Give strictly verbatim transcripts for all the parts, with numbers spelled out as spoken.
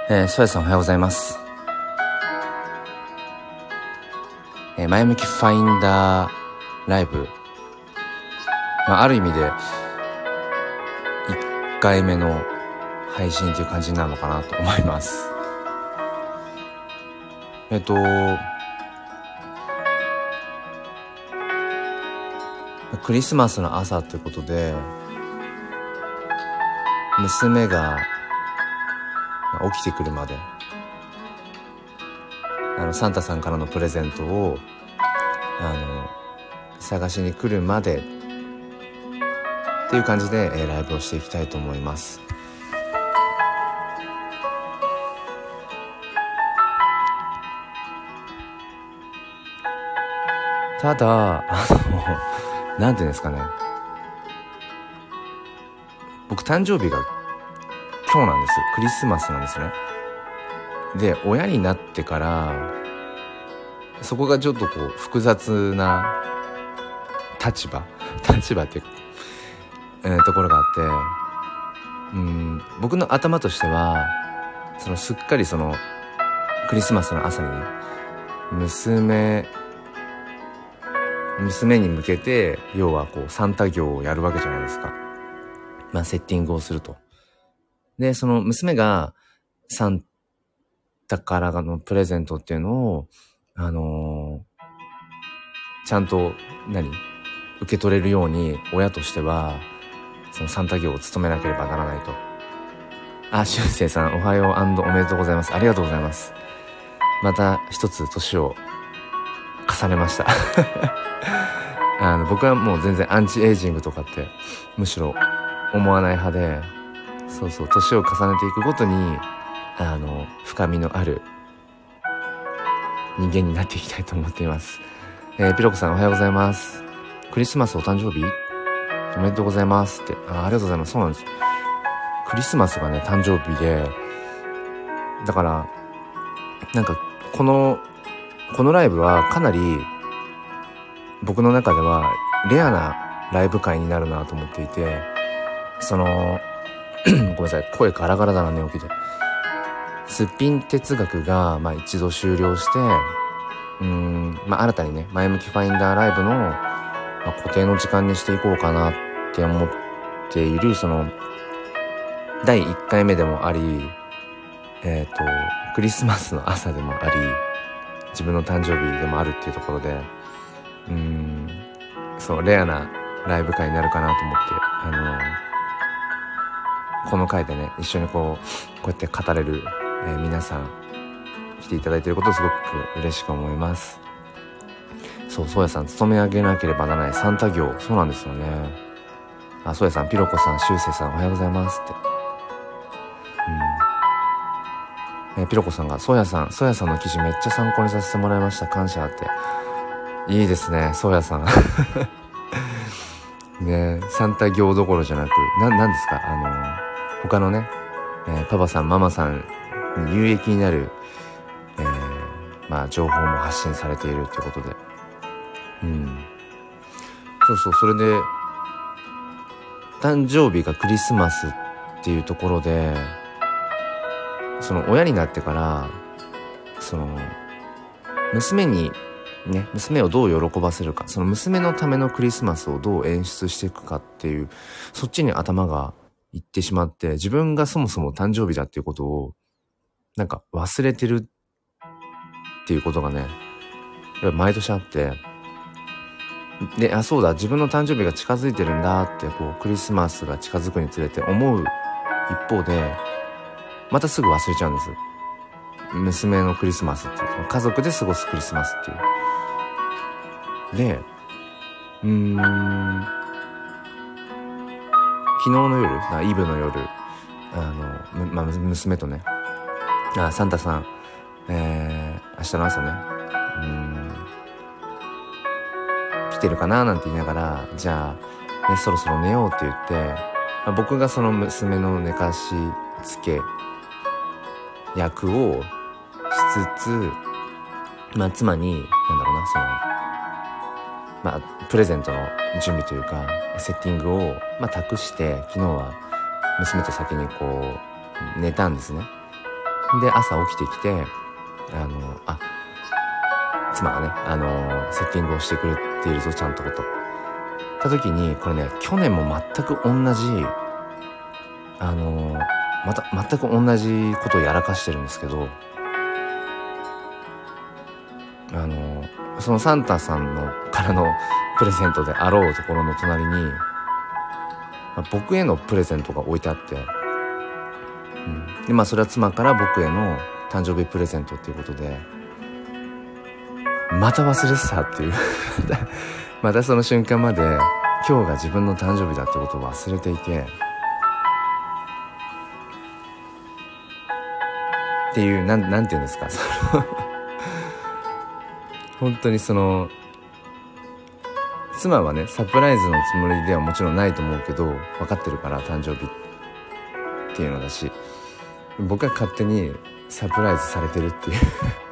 えー、そやさんおはようございます。えー、前向きファインダーライブ、まあ、ある意味でいっかいめの配信という感じになるのかなと思います。えっとクリスマスの朝ということで、娘が起きてくるまであのサンタさんからのプレゼントをあの探しに来るまでっていう感じで、えー、ライブをしていきたいと思います。ただあのなんていうんですかね、僕誕生日が今日なんです。クリスマスなんですね。で、親になってからそこがちょっとこう複雑な立場立場っていうか、えー、ところがあって、うーん僕の頭としてはそのすっかりそのクリスマスの朝にね、娘娘に向けて要はこうサンタ業をやるわけじゃないですか。まあセッティングをすると。で、その娘がサンタからのプレゼントっていうのをあのー、ちゃんと何受け取れるように親としてはそのサンタ業を務めなければならないと。あ、しゅんせいさんおはよう&おめでとうございます。ありがとうございます。また一つ年を重ねましたあの僕はもう全然アンチエイジングとかってむしろ思わない派で、そうそう年を重ねていくごとにあの深みのある人間になっていきたいと思っています。えー、ピロコさんおはようございます。クリスマスお誕生日おめでとうございますって。 あ, ありがとうございます。そうなんです。クリスマスがね誕生日で、だからなんかこのこのライブはかなり僕の中ではレアなライブ会になるなと思っていて、そのごめんなさい、声ガラガラだな寝起きで。すっぴん哲学が、まあ、一度終了して、うーん、まあ、新たにね前向きファインダーライブの、まあ、固定の時間にしていこうかなって思っている、そのだいいっかいめでもあり、えっとクリスマスの朝でもあり、自分の誕生日でもあるっていうところで、うーんそうレアなライブ会になるかなと思って、あのこの回でね一緒にこうこうやって語れる、えー、皆さん来ていただいていることをすごく嬉しく思います。そう、そうやさん勤め上げなければならないサンタ業、そうなんですよね。あ、そうやさん、ピロコさん、しゅうせいさんおはようございますって。うん、えー、ピロコさんがそうやさん、そうやさんの記事めっちゃ参考にさせてもらいました、感謝って。いいですね、そうやさんね、サンタ業どころじゃなく、な、なんですか、あのー、他のね、えー、パパさん、ママさんに有益になる、えー、まあ情報も発信されているということで、うん、そうそう、それで誕生日がクリスマスっていうところで、その親になってからその娘にね、娘をどう喜ばせるか、その娘のためのクリスマスをどう演出していくかっていう、そっちに頭がいってしまって、自分がそもそも誕生日だっていうことをなんか忘れてるっていうことがね毎年あって、で、あ、そうだ、自分の誕生日が近づいてるんだってこうクリスマスが近づくにつれて思う一方で、またすぐ忘れちゃうんです。娘のクリスマスっていう、家族で過ごすクリスマスっていうで、うーん昨日の夜、イブの夜、あの、ま、娘とね、あ、サンタさん、えー、明日の朝ね、うーん来てるかななんて言いながら、じゃあ、ね、そろそろ寝ようって言って、まあ、僕がその娘の寝かしつけ役をしつつ、まあ妻になんだろうな、そのまあプレゼントの準備というかセッティングをまあ託して、昨日は娘と先にこう寝たんですね。 で、朝起きてきて、あの、あ、妻がね、あの、セッティングをしてくれているぞ、ちゃんとこと。た時に、これね、去年も全く同じ、あの、また、全く同じことをやらかしてるんですけど、あの、そのサンタさんのからのプレゼントであろうところの隣に、まあ、僕へのプレゼントが置いてあって、うん、でまあそれは妻から僕への誕生日プレゼントっていうことで、また忘れてたっていうまたその瞬間まで今日が自分の誕生日だってことを忘れていてっていう、なん、なんて言うんですか、その本当にその妻はねサプライズのつもりではもちろんないと思うけど、分かってるから誕生日っていうのだし、僕は勝手にサプライズされてるっていう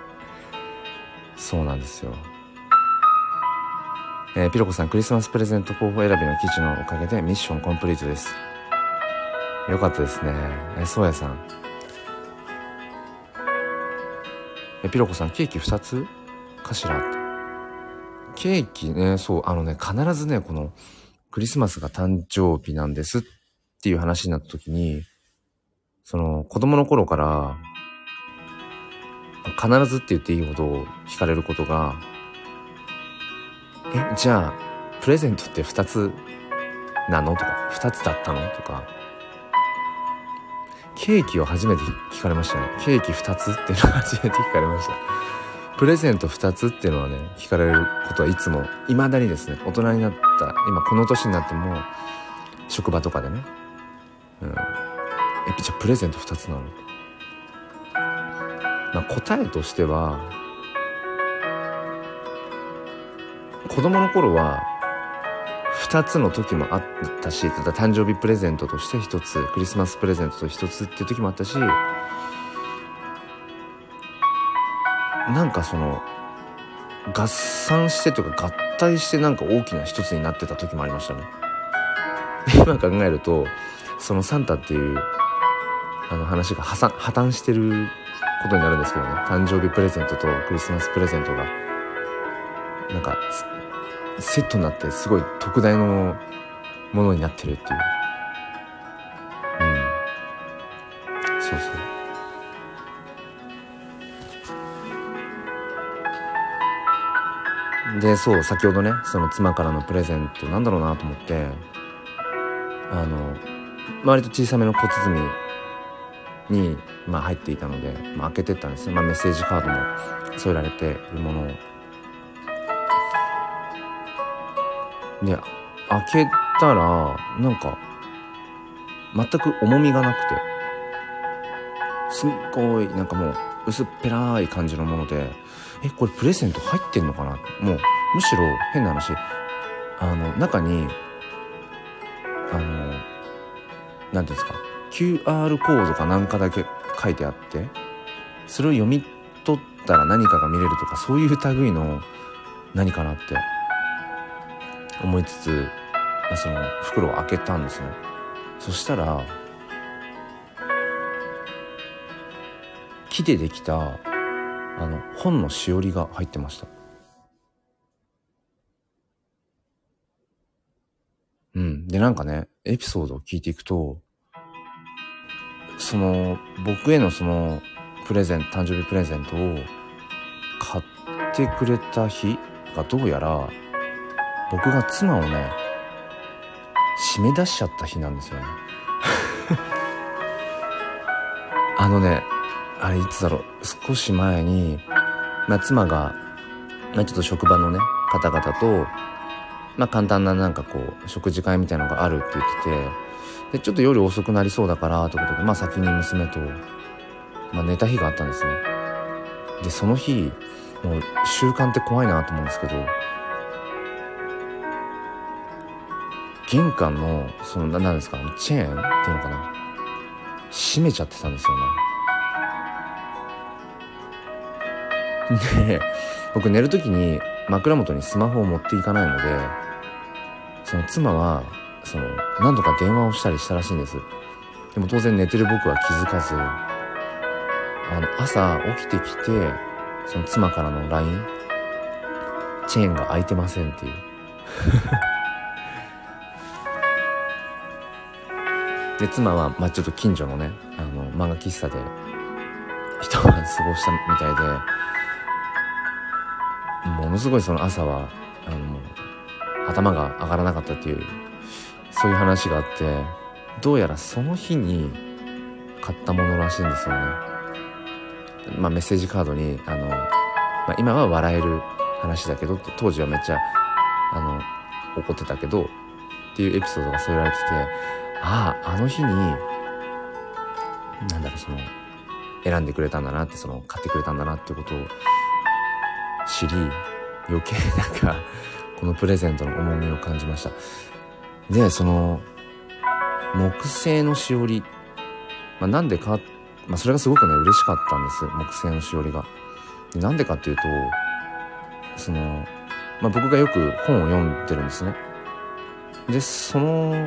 そうなんですよ。えー、ピロコさん、クリスマスプレゼント候補選びの記事のおかげでミッションコンプリートです。よかったですね。えー、そうやさん、えー、ピロコさん、ケーキふたつかしら。ケーキね、そう、あのね、必ずね、このクリスマスが誕生日なんですっていう話になった時に、その子供の頃から必ずって言っていいほど聞かれることが、え、じゃあプレゼントってふたつなのとか、ふたつだったのとか、ケーキを初めて聞かれましたね。ケーキふたつっていうのが初めて聞かれました。プレゼントふたつっていうのはね、聞かれることはいつも未だにですね、大人になった今この年になっても職場とかでね、うん、え、じゃあプレゼントふたつなの？まあ、答えとしては、子供の頃はふたつの時もあったし、ただ誕生日プレゼントとしてひとつ、クリスマスプレゼントとひとつっていう時もあったし、なんかその合算してというか合体してなんか大きな一つになってた時もありましたね。今考えるとそのサンタっていうあの話が破産破綻してることになるんですけどね。誕生日プレゼントとクリスマスプレゼントがなんかセットになってすごい特大のものになってるっていう。うん。そうそう。で、そう、先ほどね、その妻からのプレゼントなんだろうなと思って、あの、割と小さめの小包に、まあ入っていたので、まあ開けてったんですね。まあメッセージカードも添えられているものを。で、開けたら、なんか、全く重みがなくて、すっごい、なんかもう、薄っぺらい感じのもので、え、これプレゼント入ってんのかな？もう、むしろ変な話、あの、中に、あの、なんていうんですか、キューアール コードかなんかだけ書いてあって、それを読み取ったら何かが見れるとか、そういう類の何かなって思いつつ、その袋を開けたんですね。そしたら、木でできたあの本のしおりが入ってました。うん。で、なんかね、エピソードを聞いていくと、その僕へのそのプレゼント、誕生日プレゼントを買ってくれた日がどうやら僕が妻をね締め出しちゃった日なんですよね。あのね、あれいつだろう、少し前に、まあ、妻が、まあ、ちょっと職場のね方々と、まあ、簡単ななんかこう食事会みたいなのがあるって言ってて、でちょっと夜遅くなりそうだからということで、まあ、先に娘と、まあ、寝た日があったんですね。でその日もう習慣って怖いなと思うんですけど、玄関のその何ですか、チェーンっていうのかな、閉めちゃってたんですよね。で、僕寝るときに枕元にスマホを持っていかないので、その妻はその何度か電話をしたりしたらしいんです。でも当然寝てる僕は気づかず、 あの、朝起きてきて、その妻からの ライン、チェーンが開いてませんっていう。で、妻は、まあちょっと近所のね、あの、漫画喫茶で、一晩過ごしたみたいで、ものすごいその朝は、あの、頭が上がらなかったっていう、そういう話があって、どうやらその日に買ったものらしいんですよね。まあメッセージカードに、あの、まあ今は笑える話だけどって、当時はめっちゃ、あの、怒ってたけど、っていうエピソードが添えられてて、ああ、あの日に、なんだろう、その、選んでくれたんだなって、その、買ってくれたんだなってことを知り、余計なんか、このプレゼントの重みを感じました。で、その、木製のしおり、まあ、なんでか、まあ、それがすごくね、嬉しかったんです。木製のしおりが。で、なんでかっていうと、その、まあ、僕がよく本を読んでるんですね。で、その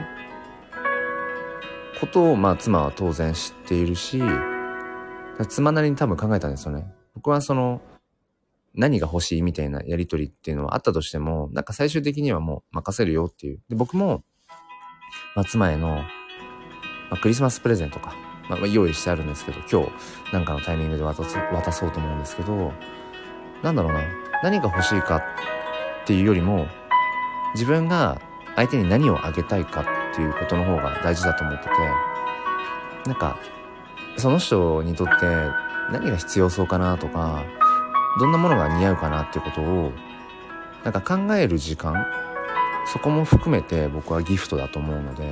ことを、まあ、妻は当然知っているし、妻なりに多分考えたんですよね。僕はその、何が欲しいみたいなやりとりっていうのはあったとしても、なんか最終的にはもう任せるよっていう。で、僕も、まあ、妻への、まあ、クリスマスプレゼントか、まあ、用意してあるんですけど、今日なんかのタイミングで渡す、渡そうと思うんですけど、なんだろうな、何が欲しいかっていうよりも、自分が相手に何をあげたいかっていうことの方が大事だと思ってて、なんか、その人にとって何が必要そうかなとか、どんなものが似合うかなっていうことをなんか考える時間、そこも含めて僕はギフトだと思うので、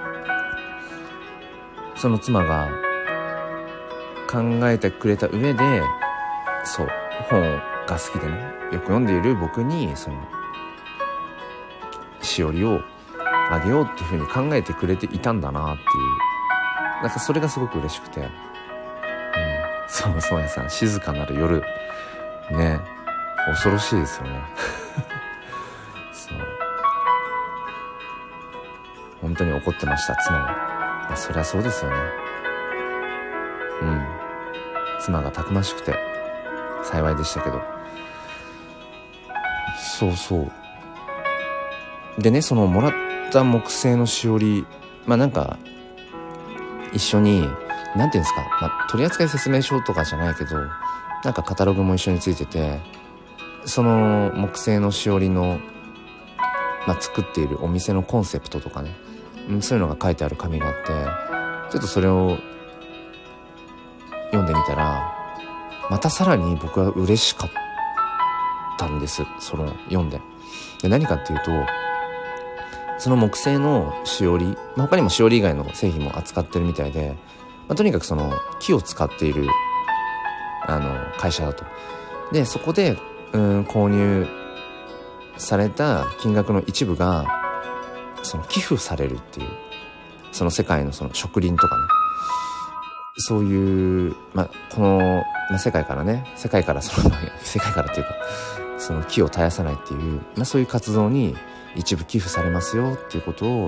その妻が考えてくれた上で、そう、本が好きでね、よく読んでいる僕にそのしおりをあげようっていうふうに考えてくれていたんだなっていう、なんかそれがすごく嬉しくて、うん、そうそうやさん、静かなる夜ね、恐ろしいですよね。そう、本当に怒ってました、妻は。まあ、そりゃそうですよね。うん、妻がたくましくて幸いでしたけど、そうそうでね、そのもらった木製のしおり、まあなんか一緒に、なんていうんですか、まあ、取扱説明書とかじゃないけど、なんかカタログも一緒についてて、その木製のしおりの、まあ、作っているお店のコンセプトとかね、うん、そういうのが書いてある紙があって、ちょっとそれを読んでみたら、またさらに僕は嬉しかったんです。その読んで。で、何かっていうと、その木製のしおり、まあ、他にもしおり以外の製品も扱ってるみたいで、まあ、とにかくその木を使っているあの会社だと。で、そこでうーん購入された金額の一部がその寄付されるっていう、その世界のその植林とかね、そういう、まあ、この、まあ、世界からね、世界からその世界からっていうか、その木を絶やさないっていう、まあ、そういう活動に一部寄付されますよっていうことを、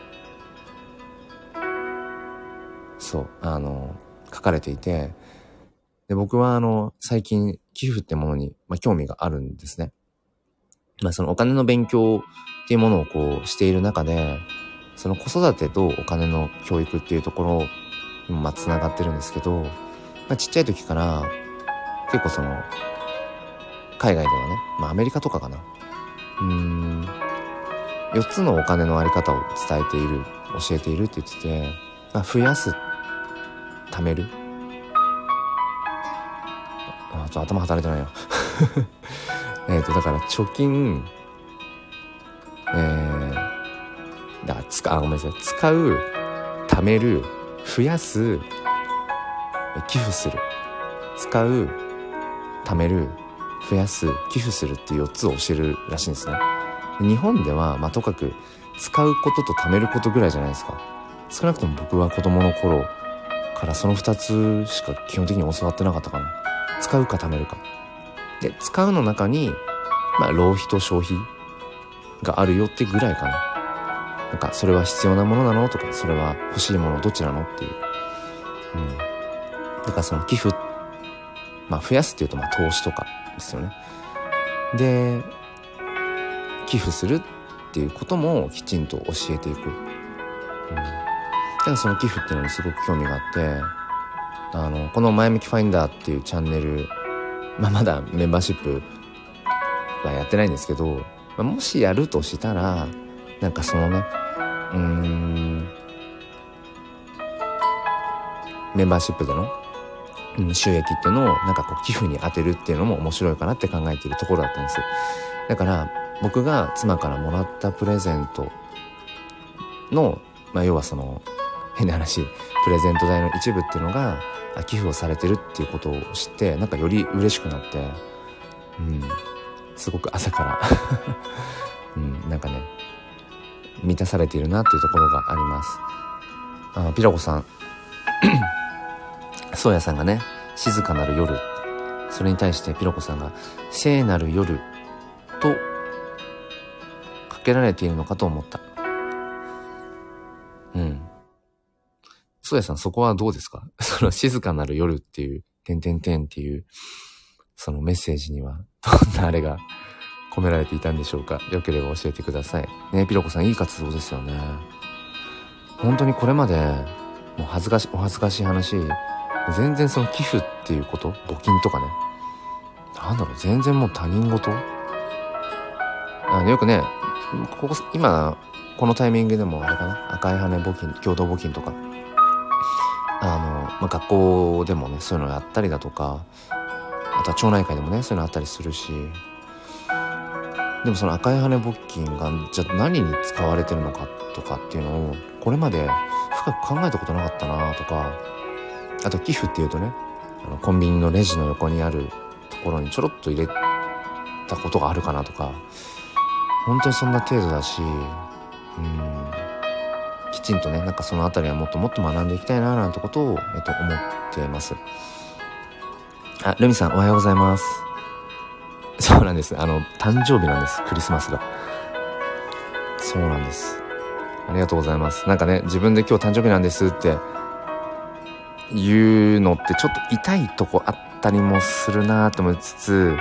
そうあの書かれていて、で、僕はあの最近寄付ってものに、まあ、興味があるんですね。まあそのお金の勉強っていうものをこうしている中で、その子育てとお金の教育っていうところにもまあつながってるんですけど、まあ、ちっちゃい時から結構その海外ではね、まあアメリカとかかな、うーんよっつのお金のあり方を伝えている、教えているって言ってて、まあ、増やす、貯める、あ、ちょっと頭働いてないよ。えっとだから貯金、えー、だ使あごめんなさい使う、貯める、増やす、寄付する、使う、貯める、増やす、寄付するっていうよっつを教えるらしいんですね。日本では、まあ、とかく使うことと貯めることぐらいじゃないですか。少なくとも僕は子供の頃からそのふたつしか基本的に教わってなかったかな。使うか貯めるか。で、使うの中に、まあ、浪費と消費があるよってぐらいかな。なんか、それは必要なものなのとか、それは欲しいものどっちなのっていう。うん。だからその寄付っまあ増やすっていうとまあ投資とかですよね。で、寄付するっていうこともきちんと教えていく。うん。だからその寄付っていうのにすごく興味があって、あの、この前向きファインダーっていうチャンネル、まあまだメンバーシップはやってないんですけど、まあ、もしやるとしたら、なんかそのね、うーん、メンバーシップでの、うん、収益っていうのをなんかこう寄付に当てるっていうのも面白いかなって考えているところだったんです。だから僕が妻からもらったプレゼントの、まあ要はその変な話、プレゼント代の一部っていうのが寄付をされてるっていうことを知って、なんかより嬉しくなって、うん、すごく朝から、うん、なんかね満たされているなっていうところがあります。あ、ピラコさんそうやさんがね、静かなる夜、それに対してピロコさんが聖なる夜とかけられているのかと思った。うん。そうやさん、そこはどうですか？その静かなる夜っていう点点点っていうそのメッセージにはどんなあれが込められていたんでしょうか？よければ教えてくださいね。ピロコさん、いい活動ですよね。本当にこれまでもう恥ずかしいお恥ずかしい話、全然その寄付っていうこと、募金とかね、なんだろう、全然もう他人事。あのよくね、ここ今このタイミングでもあれかな、赤い羽募金、共同募金とか、あの、まあ、学校でもねそういうのやったりだとか、あとは町内会でもねそういうのあったりするし、でもその赤い羽募金がじゃあ何に使われてるのかとかっていうのをこれまで深く考えたことなかったなとか、あと寄付っていうとね、あのコンビニのレジの横にあるところにちょろっと入れたことがあるかなとか、本当にそんな程度だし、うん、きちんとね、なんかそのあたりはもっともっと学んでいきたいななんてことを、えっと、思っています。あ、ルミさんおはようございます。そうなんです。あの誕生日なんです、クリスマスが。そうなんです。ありがとうございます。なんかね、自分で今日誕生日なんですって言うのってちょっと痛いとこあったりもするなと思いつつ、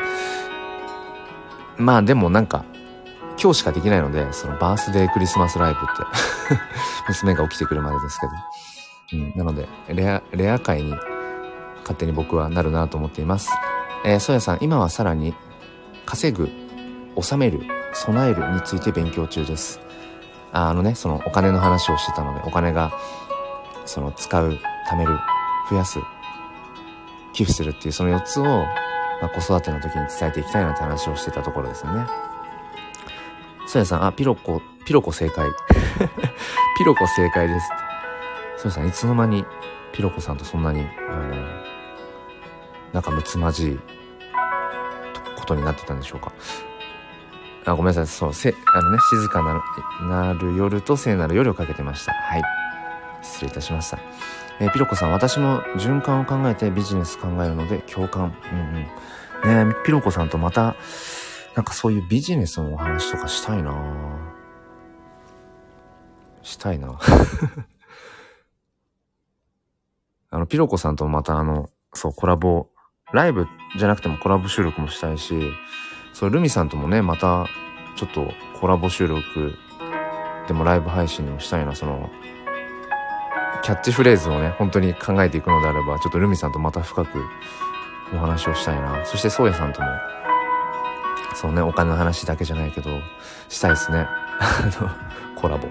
まあでもなんか今日しかできないので、そのバースデークリスマスライブって娘が起きてくるまでですけど、うん、なのでレアレア界に勝手に僕はなるなと思っています。えー、ソヤさん、今はさらに稼ぐ、納める、備えるについて勉強中です。あ、あのね、そのお金の話をしてたので、お金がその使う、貯める、増やす、寄付するっていうそのよっつを、まあ、子育ての時に伝えていきたいなって話をしてたところですよね。ソヤさん、あ、ピロコ、ピロコ正解。ピロコ正解です。ソヤさん、いつの間にピロコさんとそんなに、あの、仲睦まじいことになってたんでしょうか。あ、ごめんなさい。そう、せ、あのね、静かな、なる夜と聖なる夜をかけてました。はい。失礼いたしました。えー、ピロコさん、私も循環を考えてビジネス考えるので共感。うんうん。ねえ、ピロコさんとまた、なんかそういうビジネスのお話とかしたいなしたいなあの、ピロコさんとまたあの、そう、コラボ、ライブじゃなくてもコラボ収録もしたいし、そう、ルミさんともね、また、ちょっとコラボ収録でもライブ配信でもしたいな、その、キャッチフレーズをね、本当に考えていくのであれば、ちょっとルミさんとまた深くお話をしたいな。そして、ソウヤさんとも、そうね、お金の話だけじゃないけど、したいですね。あの、コラボ。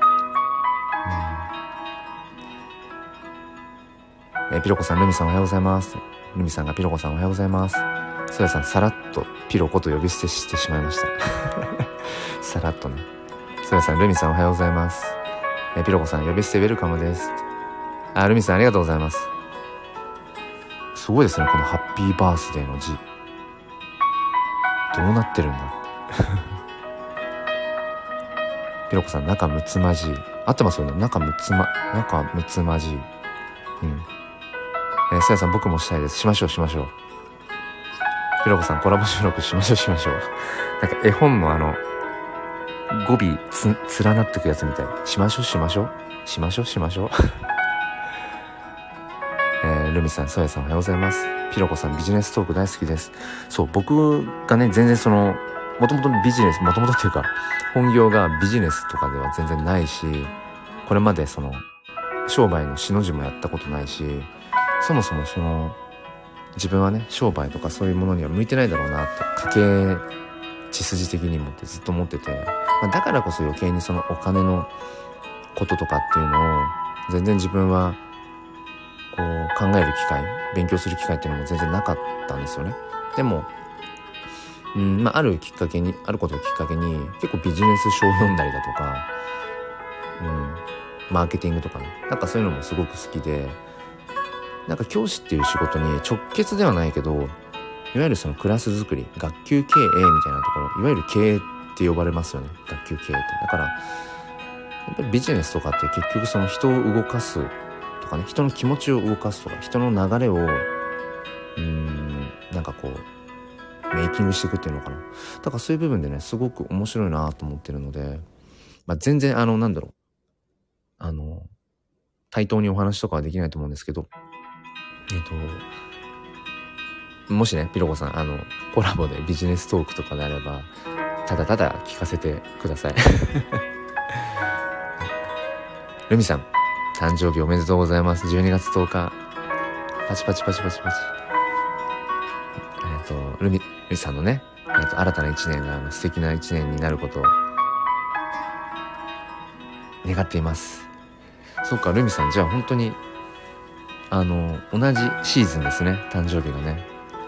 えー、ピロコさん、ルミさんおはようございます。ルミさんがピロコさんおはようございます。ソヤさん、さらっとピロコと呼び捨てしてしまいました。さらっとね。ソヤさん、ルミさんおはようございます。えー、ピロコさん、呼び捨てウェルカムです。あ、ルミさんありがとうございます。すごいですね、このハッピーバースデーの字。どうなってるんだピロコさん、仲むつまじい。合ってますよね。仲むつま、仲むつまじい。うん。えー、さやさん、僕もしたいです。しましょう、しましょう。ピロコさん、コラボ収録しましょう、しましょう。なんか絵本のあの、語尾つ、連なってくやつみたい。しましょう、しましょう。しましょう、しましょう。えー、 ー、ルミさん、ソヤさんおはようございます。ピロコさん、ビジネストーク大好きです。そう、僕がね、全然その、もともとビジネス、もともとっていうか、本業がビジネスとかでは全然ないし、これまでその、商売のしの字もやったことないし、そもそもその、自分はね、商売とかそういうものには向いてないだろうなって、家計血筋的にもってずっと思ってて、まあ、だからこそ余計にそのお金のこととかっていうのを、全然自分は、こう考える機会、勉強する機会っていうのも全然なかったんですよね。でも、うんまあ、あるきっかけに、あることをきっかけに、結構ビジネス書を読んだりだとか、うん、マーケティングとかね、なんかそういうのもすごく好きで、なんか教師っていう仕事に直結ではないけど、いわゆるそのクラス作り、学級経営みたいなところ、いわゆる経営って呼ばれますよね、学級経営って。だから、やっぱりビジネスとかって結局その人を動かすとかね、人の気持ちを動かすとか、人の流れを、うーん、なんかこう、メイキングしていくっていうのかな。だからそういう部分でね、すごく面白いなと思ってるので、まあ、全然あの、なんだろう、あの、対等にお話とかはできないと思うんですけど、えっと、もしね、ピロコさん、あの、コラボでビジネストークとかであれば、ただただ聞かせてください。ルミさん、誕生日おめでとうございます。じゅうにがつとおか。パチパチパチパチパチ。えっと、ルミ、ルミさんのね、えっと、新たな一年があの素敵な一年になることを願っています。そうか、ルミさん、じゃあ本当に、あの、同じシーズンですね、誕生日がね。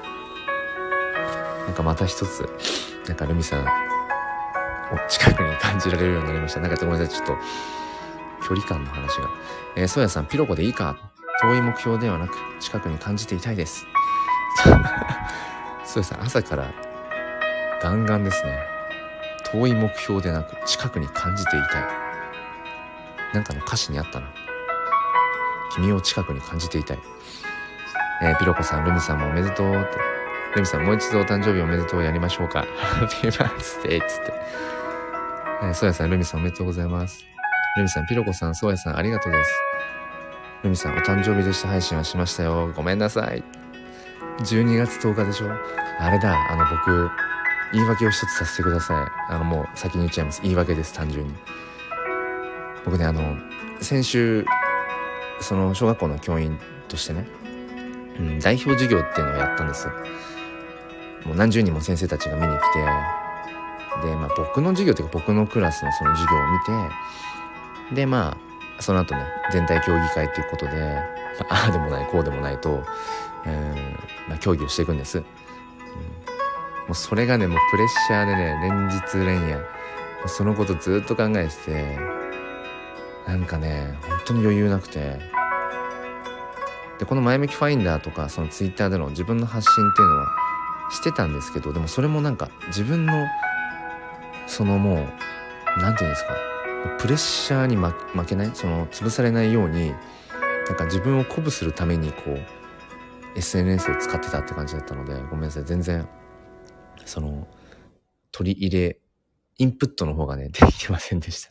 なんかまた一つ、なんかルミさんを近くに感じられるようになりました。なんかごめんなさい、ちょっと、距離感の話が。えー、ソヤさん、ピロコでいいか？遠い目標ではなく、近くに感じていたいです。ソヤさん、朝からガンガンですね。遠い目標でなく、近くに感じていたい。なんかの歌詞にあったな。君を近くに感じていたい。えー、ピロコさん、ルミさんもおめでとうって。ルミさん、もう一度お誕生日おめでとうやりましょうか。ハッピーバースデーっつって。えー、ソヤさん、ルミさんおめでとうございます。ルミさん、ピロコさん、ソヤさん、ありがとうです。ルミさん、お誕生日でした配信はしましたよ。ごめんなさい。じゅうにがつとおかでしょ。あれだ、あの僕、言い訳を一つさせてください。あのもう先に言っちゃいます。言い訳です、単純に。僕ね、あの、先週、その小学校の教員としてね、うん、代表授業っていうのをやったんです。もう何十人も先生たちが見に来て、で、まあ僕の授業っていうか僕のクラスのその授業を見て、で、まあ、その後ね、全体協議会ということで、ああでもない、こうでもないと、えーまあ、協議をしていくんです。うん、もうそれがね、もうプレッシャーでね、連日連夜、そのことずっと考えてて、なんかね、本当に余裕なくて、で、この前向きファインダーとか、そのツイッターでの自分の発信っていうのはしてたんですけど、でもそれもなんか自分の、そのもう、なんていうんですか、プレッシャーに、ま、負けない、その潰されないように、なんか自分を鼓舞するためにこう エスエヌエス を使ってたって感じだったので、ごめんなさい、全然その取り入れインプットの方がねできてませんでした。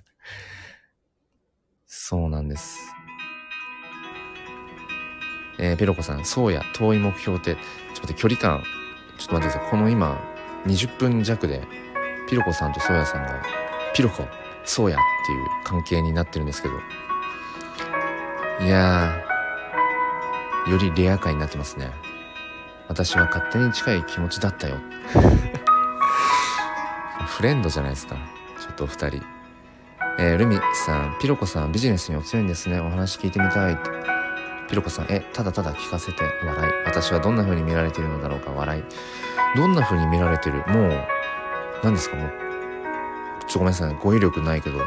そうなんです。えー、ペロコさん、そうや遠い目標ってちょっと待って、距離感ちょっと待ってください。この今にじゅっぷん弱でピロコさんとソーヤさんがピロコそうやっていう関係になってるんですけど、いやー、よりレア感になってますね。私は勝手に近い気持ちだったよ。フレンドじゃないですか、ちょっとお二人。えー、ルミさん、ピロコさんビジネスにお強いんですね。お話聞いてみたい。ピロコさん、え、ただただ聞かせて笑い。私はどんな風に見られているのだろうか笑い。どんな風に見られてる？もう何ですか、もうちょっとごめんなさい、語彙力ないけど、もう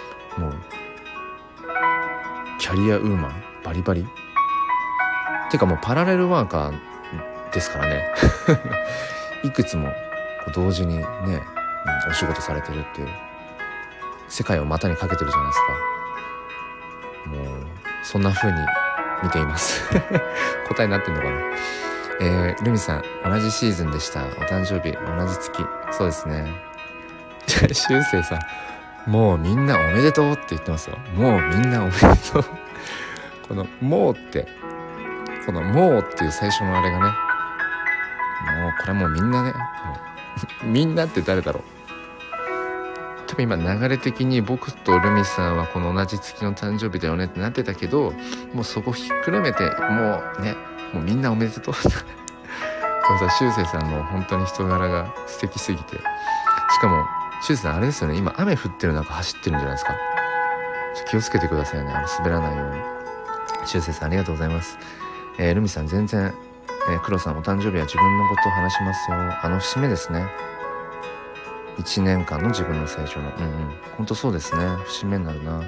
キャリアウーマンバリバリてかもうパラレルワーカーですからね。いくつも同時にね、うん、お仕事されてるっていう、世界を股にかけてるじゃないですか。もうそんな風に見ています。答えになってんのかな。えー、ルミさん、同じシーズンでした。お誕生日同じ月。そうですね。しゅうせいさん、もうみんなおめでとうって言ってますよ。もうみんなおめでとう。このもうってこのもうっていう最初のあれがね、もうこれはもうみんなね、みんなって誰だろう。多分今流れ的に僕とルミさんはこの同じ月の誕生日だよねってなってたけど、もうそこひっくるめてもうね、もうみんなおめでとう。このさ、しゅうせいさんの本当に人柄が素敵すぎて、しかもしゅうせいさんあれですよね、今雨降ってる中走ってるんじゃないですか。気をつけてくださいね、あの滑らないように。しゅうせいさんありがとうございます。えー、ルミさん全然、えー、黒さんお誕生日は自分のことを話しますよ。あの節目ですね。いちねんかんの自分の成長の、うんうん、ほんとそうですね、節目になるな。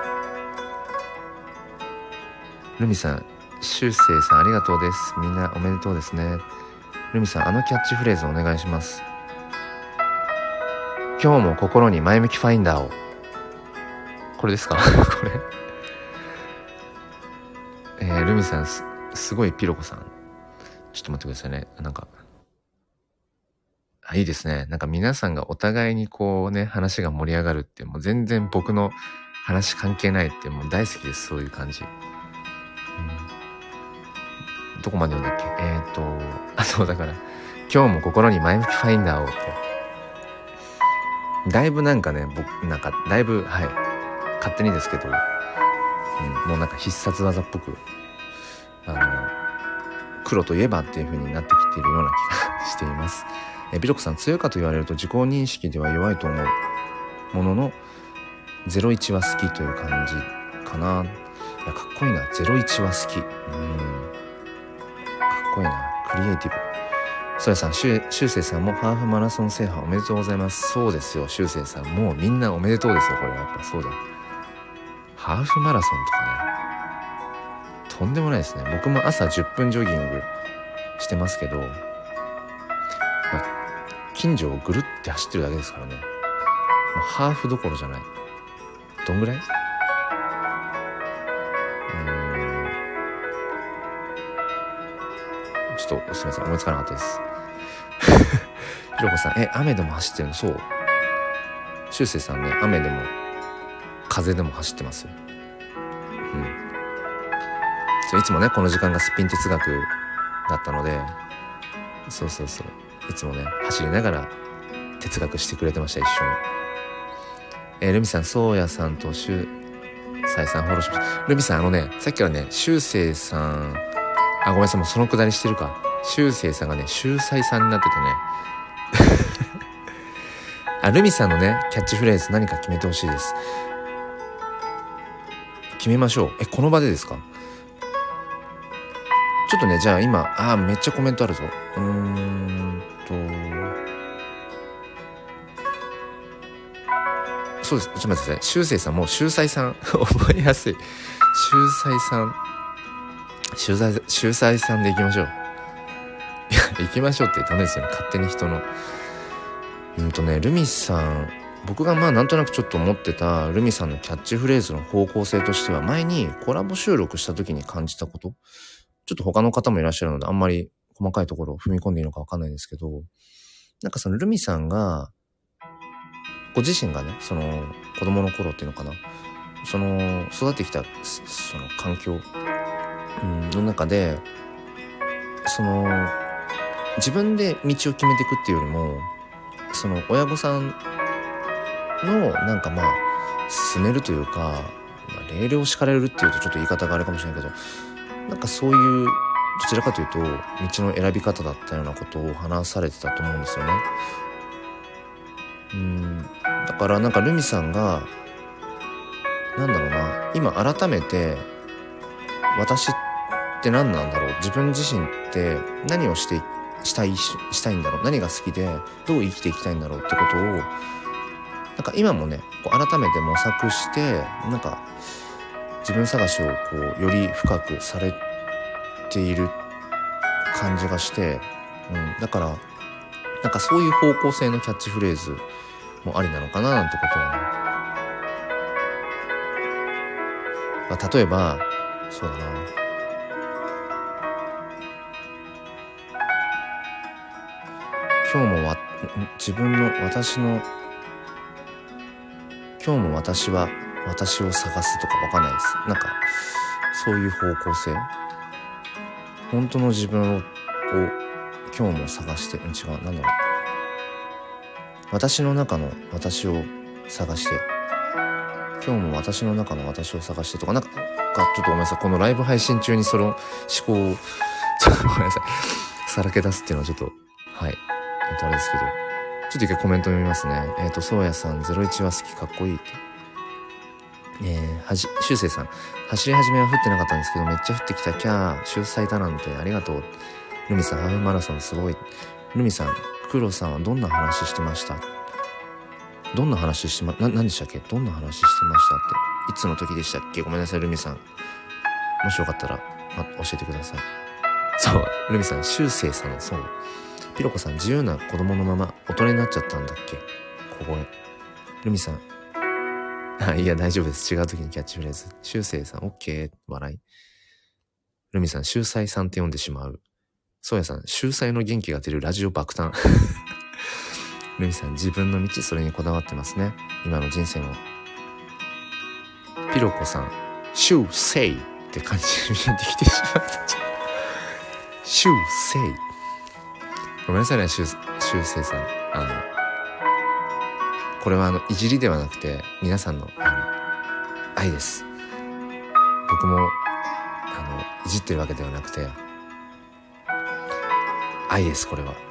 ルミさん、しゅうせいさんありがとうです。みんなおめでとうですね。ルミさん、あのキャッチフレーズお願いします。今日も心に前向きファインダーを。これですか？これえー、ルミさん す, すごいピロコさん、ちょっと待ってくださいね。なんかあ、いいですね。なんか皆さんがお互いにこうね、話が盛り上がるって、もう全然僕の話関係ないって、もう大好きです、そういう感じ。うん、どこまで読んだっけ？えーと、あ、そうだから、今日も心に前向きファインダーをって。だいぶなんかね、僕、なんか、だいぶ、はい、勝手にですけど、うん、もうなんか必殺技っぽく、あの、黒といえばっていう風になってきているような気がしています。えビロコさん、強いかと言われると自己認識では弱いと思うもののゼロイチは好きという感じかな。いや、かっこいいな。ゼロイチは好き。うん、かっこいいな。クリエイティブ。そやさん、しゅうせいさんもハーフマラソン制覇おめでとうございます。そうですよ、しゅうせいさん、もうみんなおめでとうですよ。これやっぱそうだ、ハーフマラソンとかね、とんでもないですね。僕も朝じゅっぷんジョギングしてますけど、まあ、近所をぐるって走ってるだけですからね。もうハーフどころじゃない。どんぐらい？うーんちょっとすみません、思いつかなかったです。ひろこさん、え、雨でも走ってるの？そう。しゅうせいさんね、雨でも風でも走ってますよ。うん。そう、いつもね、この時間がすっぴん哲学だったので、そうそうそう。いつもね、走りながら哲学してくれてました、一緒に。えー、ルミさん、そうやさんとしゅうさいさんフォローしました。ルミさん、あのね、さっきからね、しゅうせいさん、あ、ごめんなさい、もうそのくだりしてるか。しゅうせいさんがね、しゅうさいさんになっててね。あ、ルミさんのね、キャッチフレーズ何か決めてほしいです。決めましょう。え、この場でですか？ちょっとね、じゃあ今、あー、めっちゃコメントあるぞ。うーんと、そうです。ちょっと待ってください。しゅうせいさんも、しゅうさいさん。覚えやすい。しゅうさいさん。しゅうさい、しゅうさいさんで行きましょう。いや、行きましょうってダメですよね。勝手に人の。うんとね、ルミさん、僕がまあなんとなくちょっと思ってたルミさんのキャッチフレーズの方向性としては、前にコラボ収録した時に感じたこと、ちょっと他の方もいらっしゃるのであんまり細かいところを踏み込んでいいのかわかんないですけど、なんかそのルミさんがご自身がね、その子供の頃っていうのかな、その育ってきたその環境の中で、その自分で道を決めていくっていうよりも、その親御さんのなんかまあ進めるというか、まあ、レールを敷かれるっていうとちょっと言い方があれかもしれないけど、なんかそういうどちらかというと道の選び方だったようなことを話されてたと思うんですよね。うーんだからなんかルミさんがなんだろうな、今改めて私って何なんだろう、自分自身って何をしてしたいしたいんだろう、何が好きでどう生きていきたいんだろうってことをなんか今もね、こう改めて模索してなんか自分探しをこうより深くされている感じがして、うん、だからなんかそういう方向性のキャッチフレーズもありなのかななんてことはね、まあ、例えばそうだな、今日もわ自分の私の今日も私は私を探すとかわかんないです。なんかそういう方向性本当の自分を今日も探して、うん、違う、なんだろう。私の中の私を探して、今日も私の中の私を探してとか、なんか、ちょっとごめんなさい。このライブ配信中にその思考を、ちょっとごめんなさい。さらけ出すっていうのはちょっと、はい。えっと、あれですけど。ちょっと一回コメント読みますね。えっと、そうやさん、ゼロイチは好き、かっこいいって。えー、はじ、しゅうせいさん、走り始めは降ってなかったんですけど、めっちゃ降ってきた。キャー、秀才だなんて、ありがとう。ルミさん、ハーフマラソンすごい。ルミさん、クロさんはどんな話してました？どんな話してま、な、何でしたっけ？どんな話してましたって。いつの時でしたっけ？ごめんなさい、ルミさん。もしよかったら、ま、教えてください。そう、ルミさん、しゅうせいさん、そう。ピロコさん、自由な子供のまま大人になっちゃったんだっけ？小声。ルミさん、あ、いや、大丈夫です。違う時にキャッチフレーズ。しゅうせいさん、オッケー、笑い。ルミさん、秀才さんって呼んでしまう。そうやさん、秀才の元気が出るラジオ爆誕。ルミさん、自分の道、それにこだわってますね。今の人生も。ピロコさん、秀才って感じに見えてきてしまった。秀才。ごめんなさいね、秀才さん。あの、これはあの、いじりではなくて、皆さんの、あの、愛です。僕も、あの、いじってるわけではなくて、愛です、これは。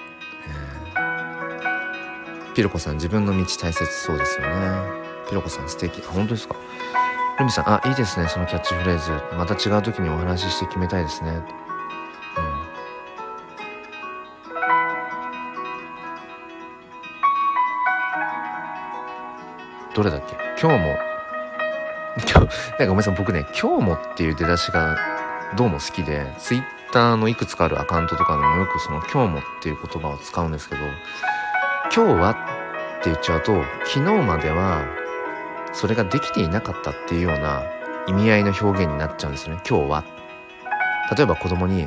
えー、ピロコさん、自分の道大切そうですよね。ピロコさん、素敵。あ、本当ですか？ルミさん、あ、いいですね、そのキャッチフレーズ。また違う時にお話しして決めたいですね。うん。どれだっけ？今日も、今日、なんかごめんなさい、僕ね、今日もっていう出だしがどうも好きで、ツイッターのいくつかあるアカウントとかでもよくその今日もっていう言葉を使うんですけど、今日はって言っちゃうと、昨日まではそれができていなかったっていうような意味合いの表現になっちゃうんですよね。今日は。例えば子供に、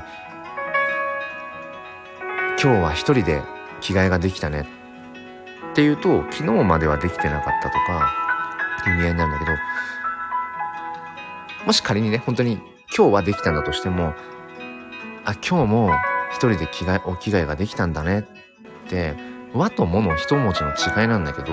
今日は一人で着替えができたねっていうと、昨日まではできてなかったとか意味合いになるんだけど、もし仮にね、本当に今日はできたんだとしても、あ、今日も一人で着替え、お着替えができたんだねって、和ともの一文字の違いなんだけど、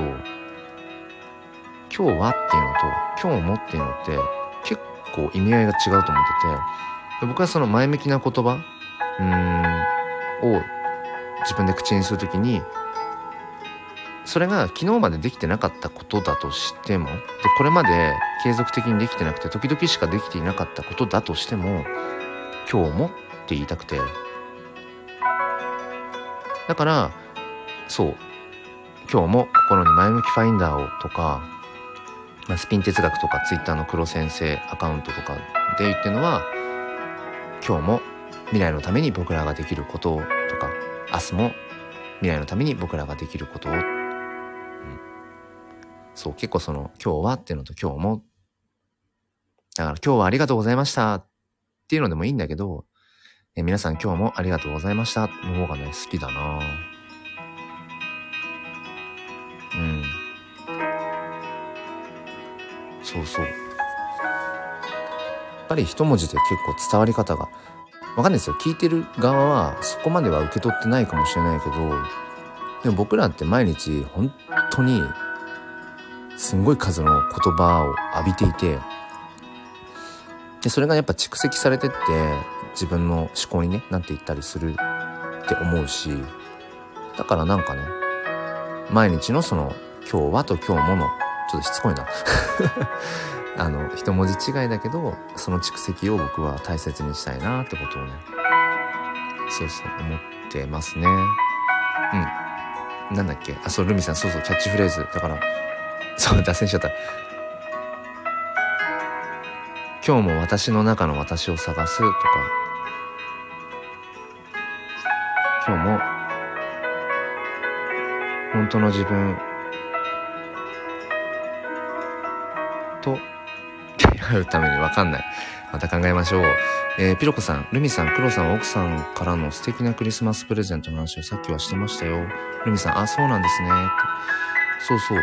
今日はっていうのと今日もっていうのって結構意味合いが違うと思ってて、僕はその前向きな言葉うーんを自分で口にするときに、それが昨日までできてなかったことだとしても、でこれまで継続的にできてなくて時々しかできていなかったことだとしても、今日もって言いたくて、だからそう今日も心に前向きファインダーをとか、まあ、スピン哲学とかツイッターの黒先生アカウントとかで言ってるのは、今日も未来のために僕らができることをとか、明日も未来のために僕らができることを、うん、そう結構その今日はっていうのと今日も、だから今日はありがとうございましたっていうのでもいいんだけど、え皆さん今日もありがとうございましたの方がね好きだな。うん。そうそう。やっぱり一文字で結構伝わり方がわかんないですよ。聞いてる側はそこまでは受け取ってないかもしれないけど、でも僕らって毎日本当にすんごい数の言葉を浴びていて、でそれがやっぱ蓄積されてって自分の思考にねなっていったりするって思うし、だからなんかね、毎日のその今日はと今日ものちょっとしつこいなあの一文字違いだけど、その蓄積を僕は大切にしたいなってことをね、そうそう思ってますね。うん。なんだっけ、あ、そうルミさん、そうそうキャッチフレーズだから、そう脱線しちゃった。今日も私の中の私を探すとか、今日も本当の自分と出会うために分かんない。また考えましょう。えー、ピロコさん、ルミさん、クロさんは奥さんからの素敵なクリスマスプレゼントの話をさっきはしてましたよ。ルミさん、あ、そうなんですね。そうそう。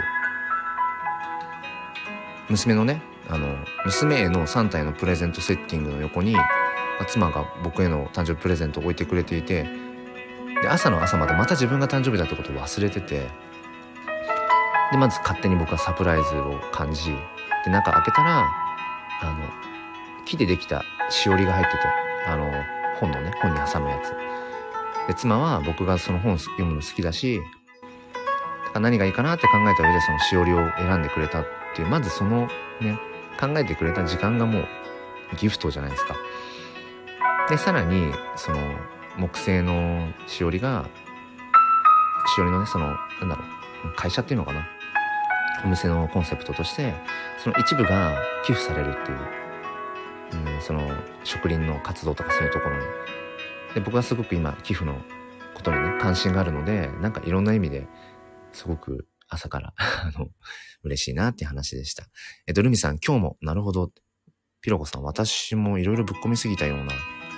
娘のね、あの、娘へのさん体のプレゼントセッティングの横に、 妻が僕への誕生日プレゼントを置いてくれていて、で朝の朝までまた自分が誕生日だってことを忘れてて、でまず勝手に僕はサプライズを感じ、で中開けたらあの木でできたしおりが入ってて、あの本のね本に挟むやつで、妻は僕がその本読むの好きだし、だから何がいいかなって考えた上でそのしおりを選んでくれたっていう、まずそのね考えてくれた時間がもうギフトじゃないですか。でさらにその木製のしおりがしおりのねそのなんだろう会社っていうのかな、お店のコンセプトとしてその一部が寄付されるっていう、うん、その植林の活動とかそういうところに、で僕はすごく今寄付のことにね関心があるので、なんかいろんな意味ですごく朝からあの嬉しいなっていう話でした。えっとルミさん、今日もなるほど。ピロコさん、私もいろいろぶっ込みすぎたような。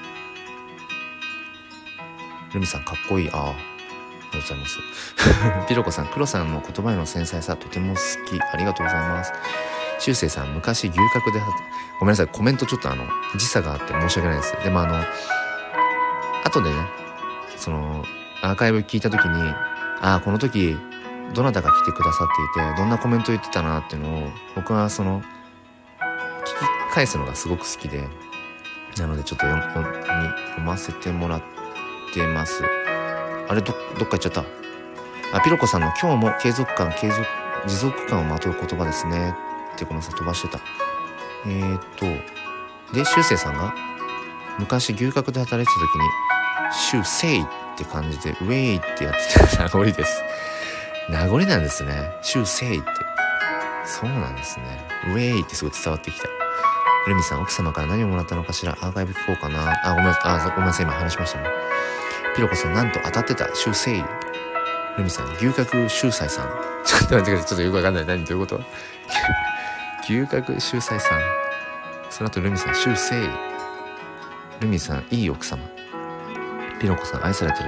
ルミさん、かっこいい。ああ、ありがとうございます。ピロコさん、黒さんの言葉への繊細さとても好き。ありがとうございます。しゅうせいさん、昔牛角では、ごめんなさい、コメントちょっとあの時差があって申し訳ないです。でもあの後でね、そのアーカイブ聞いた時に、ああこの時どなたが来てくださっていてどんなコメント言ってたなっていうのを僕はその聞き返すのがすごく好きで、なのでちょっと読, 読, 読ませてもらってます。あれ ど, どっか行っちゃった。あ、ピロコさんの今日も継続感継続持続感をまとう言葉ですねってごめんなさい飛ばしてた。えーっとでしゅうせいさんが昔牛角で働いてた時にしゅうせいって感じでウェイってやってた名残です。名残なんですね。しゅうせいってそうなんですね。ウェイってすごい伝わってきた。ルミさん、奥様から何をもらったのかしら、アーカイブ聞こうかな。あ、ごめんなさい、あ、ごめんなさい、今話しましたね。ピロコさん、なんと当たってた。しゅうせい。ルミさん、牛角秀才さん。ちょっと待ってください、ちょっとよくわかんない。何どういうこと牛角秀才さん。その後ルミさん、しゅうせい。ルミさん、いい奥様。ピロコさん、愛されてる。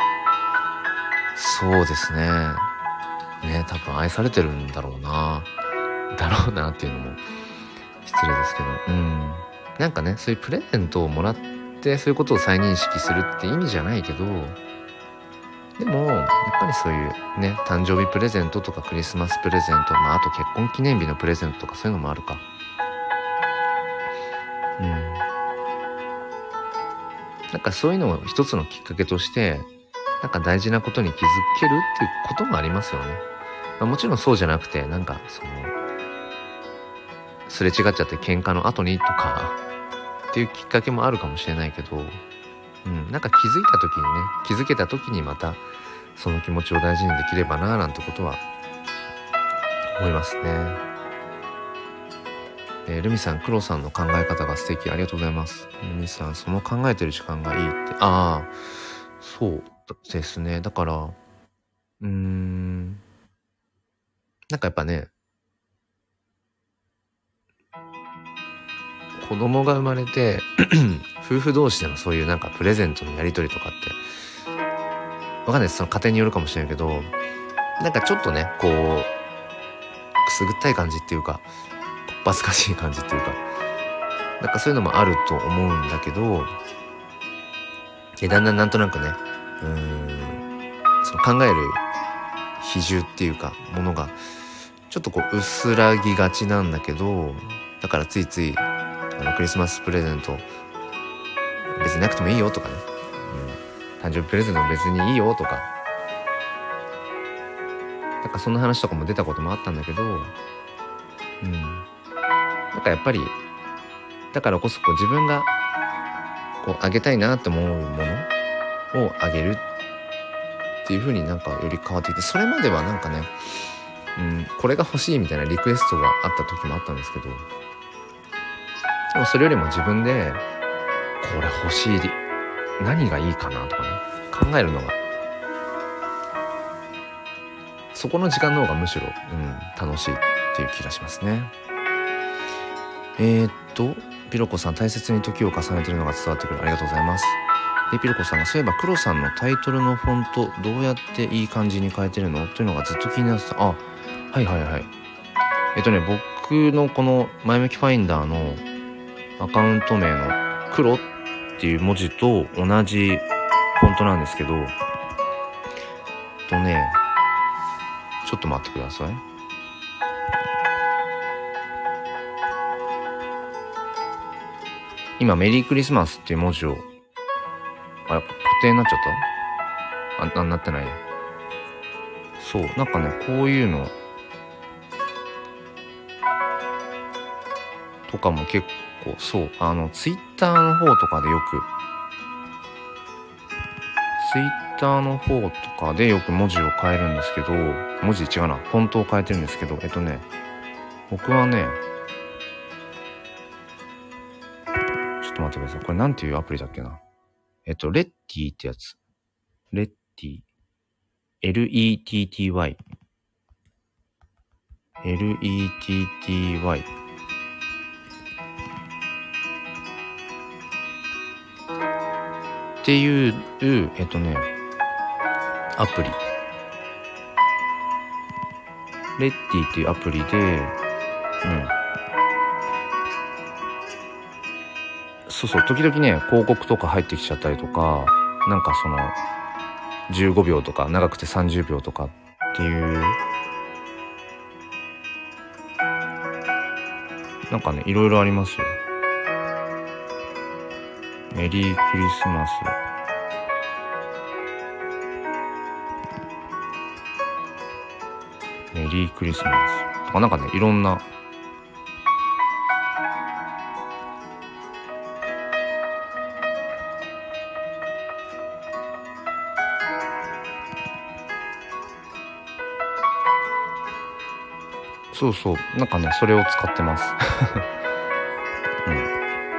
そうですね。ね、多分愛されてるんだろうな。だろうなっていうのも失礼ですけど、うん。なんかね、そういうプレゼントをもらってそういうことを再認識するって意味じゃないけど、でもやっぱりそういうね、誕生日プレゼントとかクリスマスプレゼント、まああと結婚記念日のプレゼントとかそういうのもあるか。うん。なんかそういうのを一つのきっかけとして、なんか大事なことに気づけるっていうこともありますよね。まあ、もちろんそうじゃなくて、なんかそのすれ違っちゃって喧嘩の後にとかっていうきっかけもあるかもしれないけど、うん、なんか気づいた時にね、気づけた時にまたその気持ちを大事にできればななんてことは思いますね。えー、ルミさん、クロさんの考え方が素敵、ありがとうございます。ルミさん、その考えてる時間がいいって、ああ、そうですね。だからうーん、なんかやっぱね、子供が生まれて夫婦同士でのそういうなんかプレゼントのやり取りとかってわかんないです、その家庭によるかもしれないけど、なんかちょっとねこうくすぐったい感じっていうか恥ずかしい感じっていうか、なんかそういうのもあると思うんだけど、でだんだんなんとなくね、うーんその考える比重っていうかものがちょっとこう薄らぎがちなんだけど、だからついついあのクリスマスプレゼント別になくてもいいよとかね、うん、誕生日プレゼントも別にいいよとか、なんかそんな話とかも出たこともあったんだけど、うん、なんかやっぱりだからこそこう自分がこうあげたいなって思うものをあげるっていう風になんかより変わっていて、それまではなんかね、うん、これが欲しいみたいなリクエストがあった時もあったんですけど、でもそれよりも自分でこれ欲しい何がいいかなとかね考えるのが、そこの時間の方がむしろ、うん、楽しいっていう気がしますね。えー、っとピロコさん、大切に時を重ねているのが伝わってくる、ありがとうございます。でピロコさんがそういえばクロさんのタイトルのフォントどうやっていい感じに変えてるのというのがずっと気になってた。あ、はいはいはい。えっとね僕のこの前向きファインダーのアカウント名の黒っっていう文字と同じフォントなんですけど、とね、ちょっと待ってください。今メリークリスマスっていう文字を、あれ固定になっちゃった？あ、なってない。そう、なんかね、こういうのとかも結構、そう、あのツイッターの方とかでよくツイッターの方とかでよく文字を変えるんですけど、文字違うな、フォントを変えてるんですけど、えっとね、僕はね、ちょっと待ってください。これなんていうアプリだっけな。えっと、レッティってやつ。レッティ。エルイーティーティーワイ。エルイーティーティーワイ。っていう、えっとね、アプリ。レッティっていうアプリで、うん。そうそう、時々ね、広告とか入ってきちゃったりとか、なんかその、じゅうごびょうとか、長くてさんじゅうびょうとかっていう、なんかね、いろいろありますよ。メリークリスマス。メリークリスマス。とかなんかね、いろんな、そうそう、なんかね、それを使ってます。うん。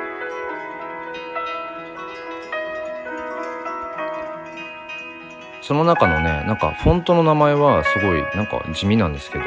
その中のね、なんかフォントの名前はすごいなんか地味なんですけど、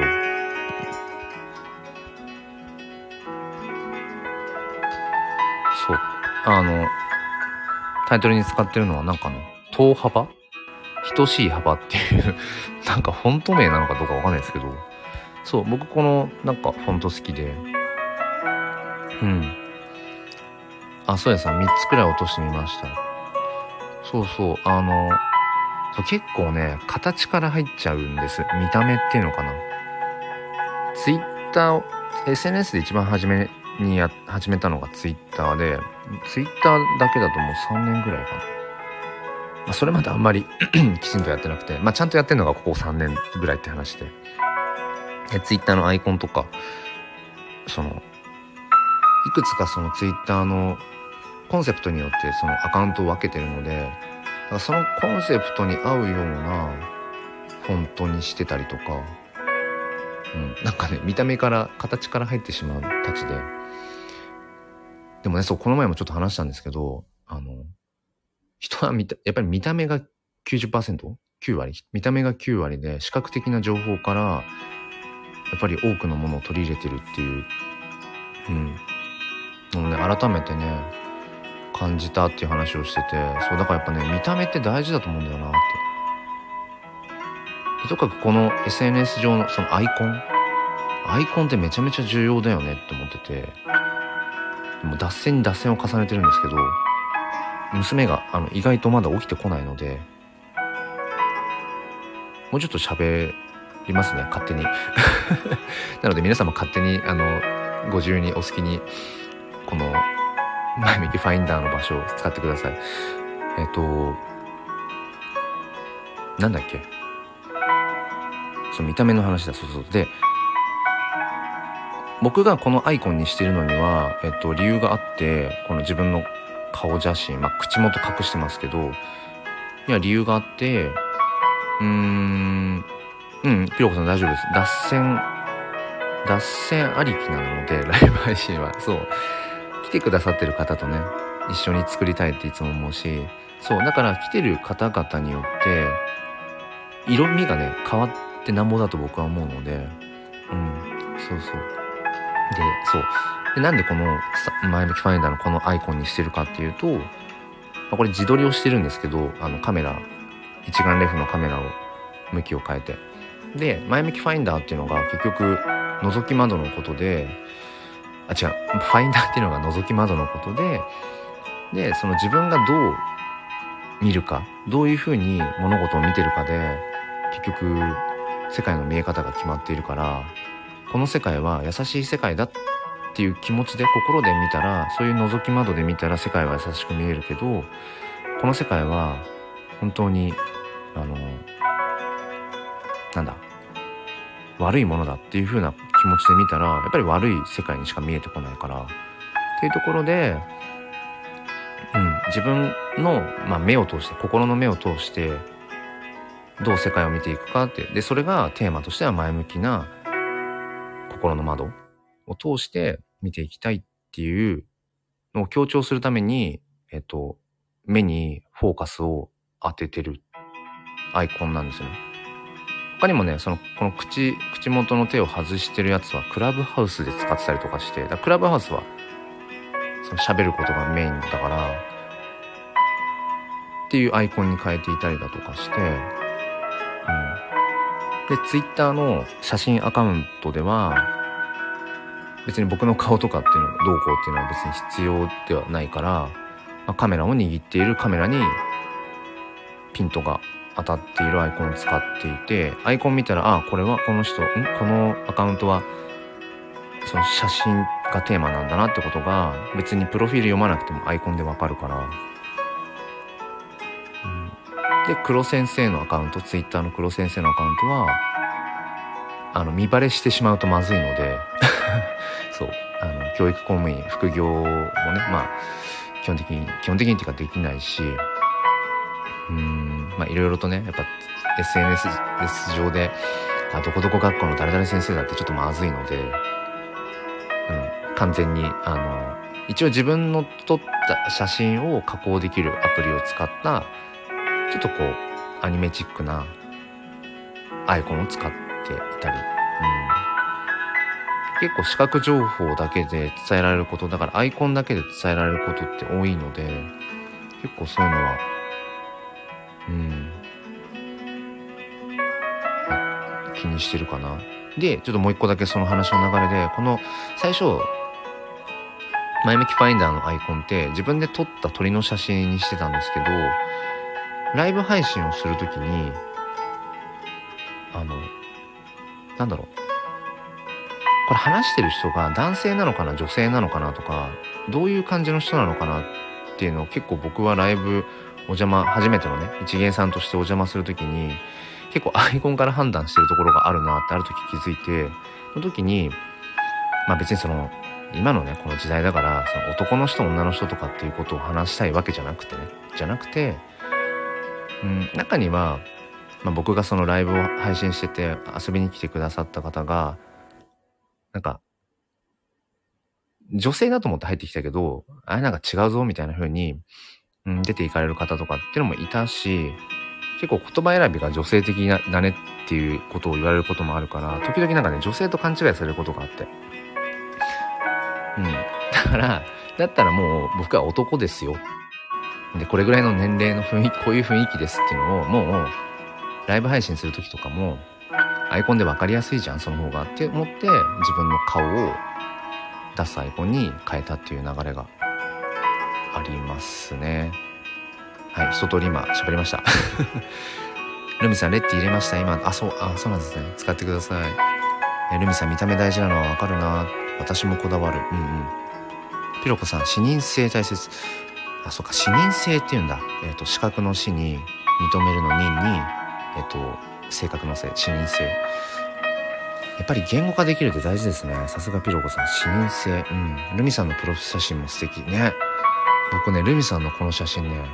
そう、あのタイトルに使ってるのはなんかね、等幅、等しい幅っていうなんかフォント名なのかどうかわかんないですけど、そう、僕このなんかフォント好きで、うん。あ、そうやさんみっつくらい落としてみました。そうそう、あのそう結構ね、形から入っちゃうんです。見た目っていうのかな。ツイッター、エスエヌエス で一番初めにや始めたのがツイッターで、ツイッターだけだともうさんねんぐらいかな。まあ、それまであんまりきちんとやってなくて、まあちゃんとやってるのがここさんねんぐらいって話で、でツイッターのアイコンとか、そのいくつかそのツイッターのコンセプトによってそのアカウントを分けてるので、だからそのコンセプトに合うようなフォントにしてたりとか、うん、なんかね、見た目から形から入ってしまうたちで、でもね、そう、この前もちょっと話したんですけど、あの人は見たやっぱり見た目が きゅうじゅっパーセント?きゅう 割、見た目がきゅう割で、視覚的な情報からやっぱり多くのものを取り入れてるっていう、うん、もうね、改めてね感じたっていう話をしてて、そうだからやっぱね、見た目って大事だと思うんだよなって。とにかくこの エスエヌエス 上のそのアイコンアイコンってめちゃめちゃ重要だよねって思ってて、もう脱線に脱線を重ねてるんですけど、娘があの意外とまだ起きてこないので、もうちょっと喋りますね、勝手になので皆さんも勝手にあのご自由にお好きにこの前向きファインダーの場所を使ってください。えっとなんだっけ、そう、見た目の話だ。そうそう。で、僕がこのアイコンにしてるのには、えっと、理由があって、この自分の顔写真、まあ、口元隠してますけど、いや、理由があって、うーん、うん、ピロコさん大丈夫です。脱線、脱線ありきなので、ライブ配信は。そう。来てくださってる方とね、一緒に作りたいっていつも思うし、そう、だから来てる方々によって、色味がね、変わってなんぼだと僕は思うので、うん、そうそう。で、そう。で、なんでこの前向きファインダーのこのアイコンにしてるかっていうと、まあ、これ自撮りをしてるんですけど、あのカメラ、一眼レフのカメラを向きを変えて。で、前向きファインダーっていうのが結局、覗き窓のことで、あ、違う、ファインダーっていうのが覗き窓のことで、 で、その自分がどう見るか、どういうふうに物事を見てるかで、結局世界の見え方が決まっているから、この世界は優しい世界だっていう気持ちで心で見たら、そういう覗き窓で見たら世界は優しく見えるけど、この世界は本当にあのなんだ悪いものだっていう風な気持ちで見たら、やっぱり悪い世界にしか見えてこないからっていうところで、うん、自分の、まあ、目を通して、心の目を通してどう世界を見ていくかって、でそれがテーマとしては前向きな心の窓を通して見ていきたいっていうのを強調するために、えっと目にフォーカスを当ててるアイコンなんですよね。他にもね、そのこの口口元の手を外してるやつはクラブハウスで使ってたりとかして、だからクラブハウスはその喋ることがメインだからっていうアイコンに変えていたりだとかして、うん、でツイッターの写真アカウントでは別に僕の顔とかっていうのどうこうっていうのは別に必要ではないから、まあ、カメラを握っているカメラにピントが当たっているアイコンを使っていて、アイコン見たら、あ、これはこの人、んこのアカウントはその写真がテーマなんだなってことが別にプロフィール読まなくてもアイコンでわかるから、うん、で黒先生のアカウント、ツイッターの黒先生のアカウントはあの見バレしてしまうとまずいのでそうあの教育公務員副業もね、まあ基本的に基本的にっていうかできないし、うーんまあいろいろとね、やっぱ エスエヌエス 上であどこどこ学校の誰々先生だってちょっとまずいので、うん、完全にあの一応自分の撮った写真を加工できるアプリを使ったちょっとこうアニメチックなアイコンを使っていたり、うん、結構視覚情報だけで伝えられること、だからアイコンだけで伝えられることって多いので、結構そういうのはうん気にしてるかな。でちょっともう一個だけその話の流れで、この最初前向きファインダーのアイコンって自分で撮った鳥の写真にしてたんですけど、ライブ配信をするときにあのなんだろうこれ話してる人が男性なのかな女性なのかなとか、どういう感じの人なのかなっていうのを結構僕はライブお邪魔初めてのね一芸さんとしてお邪魔するときに結構アイコンから判断してるところがあるなってある時気づいて、その時にまあ別にその今のねこの時代だからその男の人女の人とかっていうことを話したいわけじゃなくてねじゃなくて、うん、中には、まあ、僕がそのライブを配信してて遊びに来てくださった方がなんか女性だと思って入ってきたけど、あれなんか違うぞみたいな風に、うん、出ていかれる方とかっていうのもいたし、結構言葉選びが女性的だねっていうことを言われることもあるから、時々なんかね女性と勘違いされることがあって、うん、だからだったらもう僕は男ですよ。でこれぐらいの年齢の雰囲気、こういう雰囲気ですっていうのをもうライブ配信する時とかもアイコンで分かりやすいじゃんその方がって思って自分の顔を出すアイコンに変えたっていう流れがありますね。はい、一通り今喋りましたルミさんレッティ入れました今。あそうあそうなんですね。使ってください。えルミさん見た目大事なのは分かるな。私もこだわる。うんうん。ピロコさん視認性大切。あそうか視認性っていうんだ。えっ、ー、と視覚の視に認めるの認にえっ、ー、と性格の性視認性。やっぱり言語化できるって大事ですね。さすがピロコさん視認性。うんルミさんのプロフ写真も素敵ね。僕ねルミさんのこの写真ね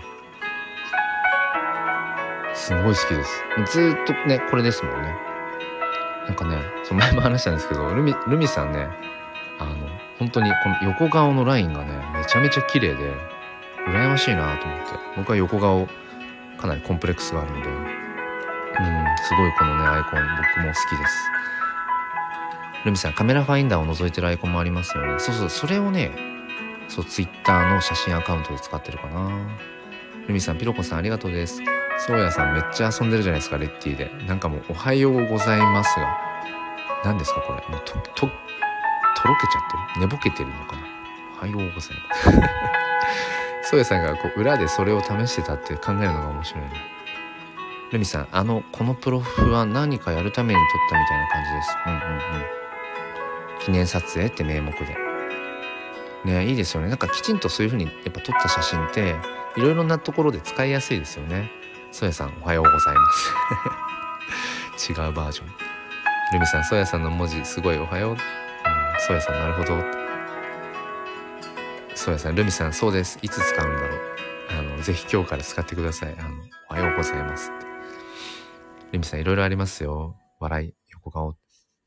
すごい好きです。ずーっとねこれですもんね。なんかねその前も話したんですけどルミルミさんねあの本当にこの横顔のラインがねめちゃめちゃ綺麗で羨ましいなと思って。僕は横顔かなりコンプレックスがあるので、うんすごいこのねアイコン僕も好きです。ルミさんカメラファインダーを覗いてるアイコンもありますよね。そうそうそれをねそうツイッターの写真アカウントで使ってるかな。ルミさんピロコさんありがとうです。そうやさんめっちゃ遊んでるじゃないですかレッティで。なんかもうおはようございますが何ですかこれもうとととろけちゃってる寝ぼけてるのかな。おはようございますソヤさんがこう裏でそれを試してたって考えるのが面白いね。ルミさん、あのこのプロフは何かやるために撮ったみたいな感じです。うんうんうん。記念撮影って名目でね、いいですよね。なんかきちんとそういう風にやっぱ撮った写真っていろいろなところで使いやすいですよね。ソヤさん、おはようございます違うバージョン。ルミさん、ソヤさんの文字すごいおはよう、うん、ソヤさん、なるほど。ソヤさん、ルミさん、そうです。いつ使うんだろう。あのぜひ今日から使ってください。あのおはようございますって。ルミさん、いろいろありますよ。笑い、横顔、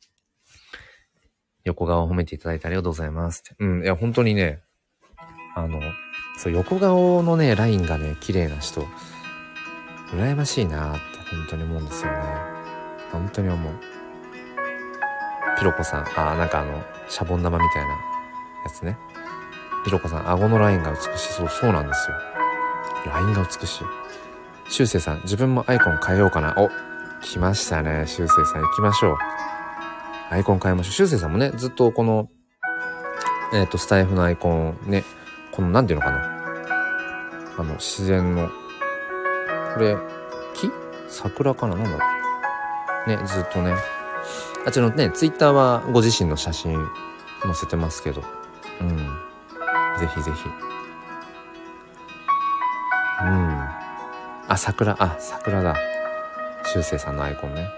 横顔を褒めていただいてありがとうございますって。うん、いや本当にね、あのそう横顔のねラインがね綺麗な人羨ましいなって本当に思うんですよね。本当に思う。ピロコさん、あ、なんかあのシャボン玉みたいなやつね。ピロコさん、顎のラインが美しい。そう、そうなんですよ。ラインが美しい。シュウセイさん、自分もアイコン変えようかな。お、来ましたね。シュウセイさん、行きましょう。アイコン変えましょう。シュウセイさんもね、ずっとこのえっとスタイフのアイコンね、このなんていうのかな、あの自然のこれ木桜かな、なんだろうね、ずっとね、あっちのねツイッターはご自身の写真載せてますけど、うん、ぜひぜひ、うん、あ、桜、あ、桜だ。しゅうせいさんのアイコンね。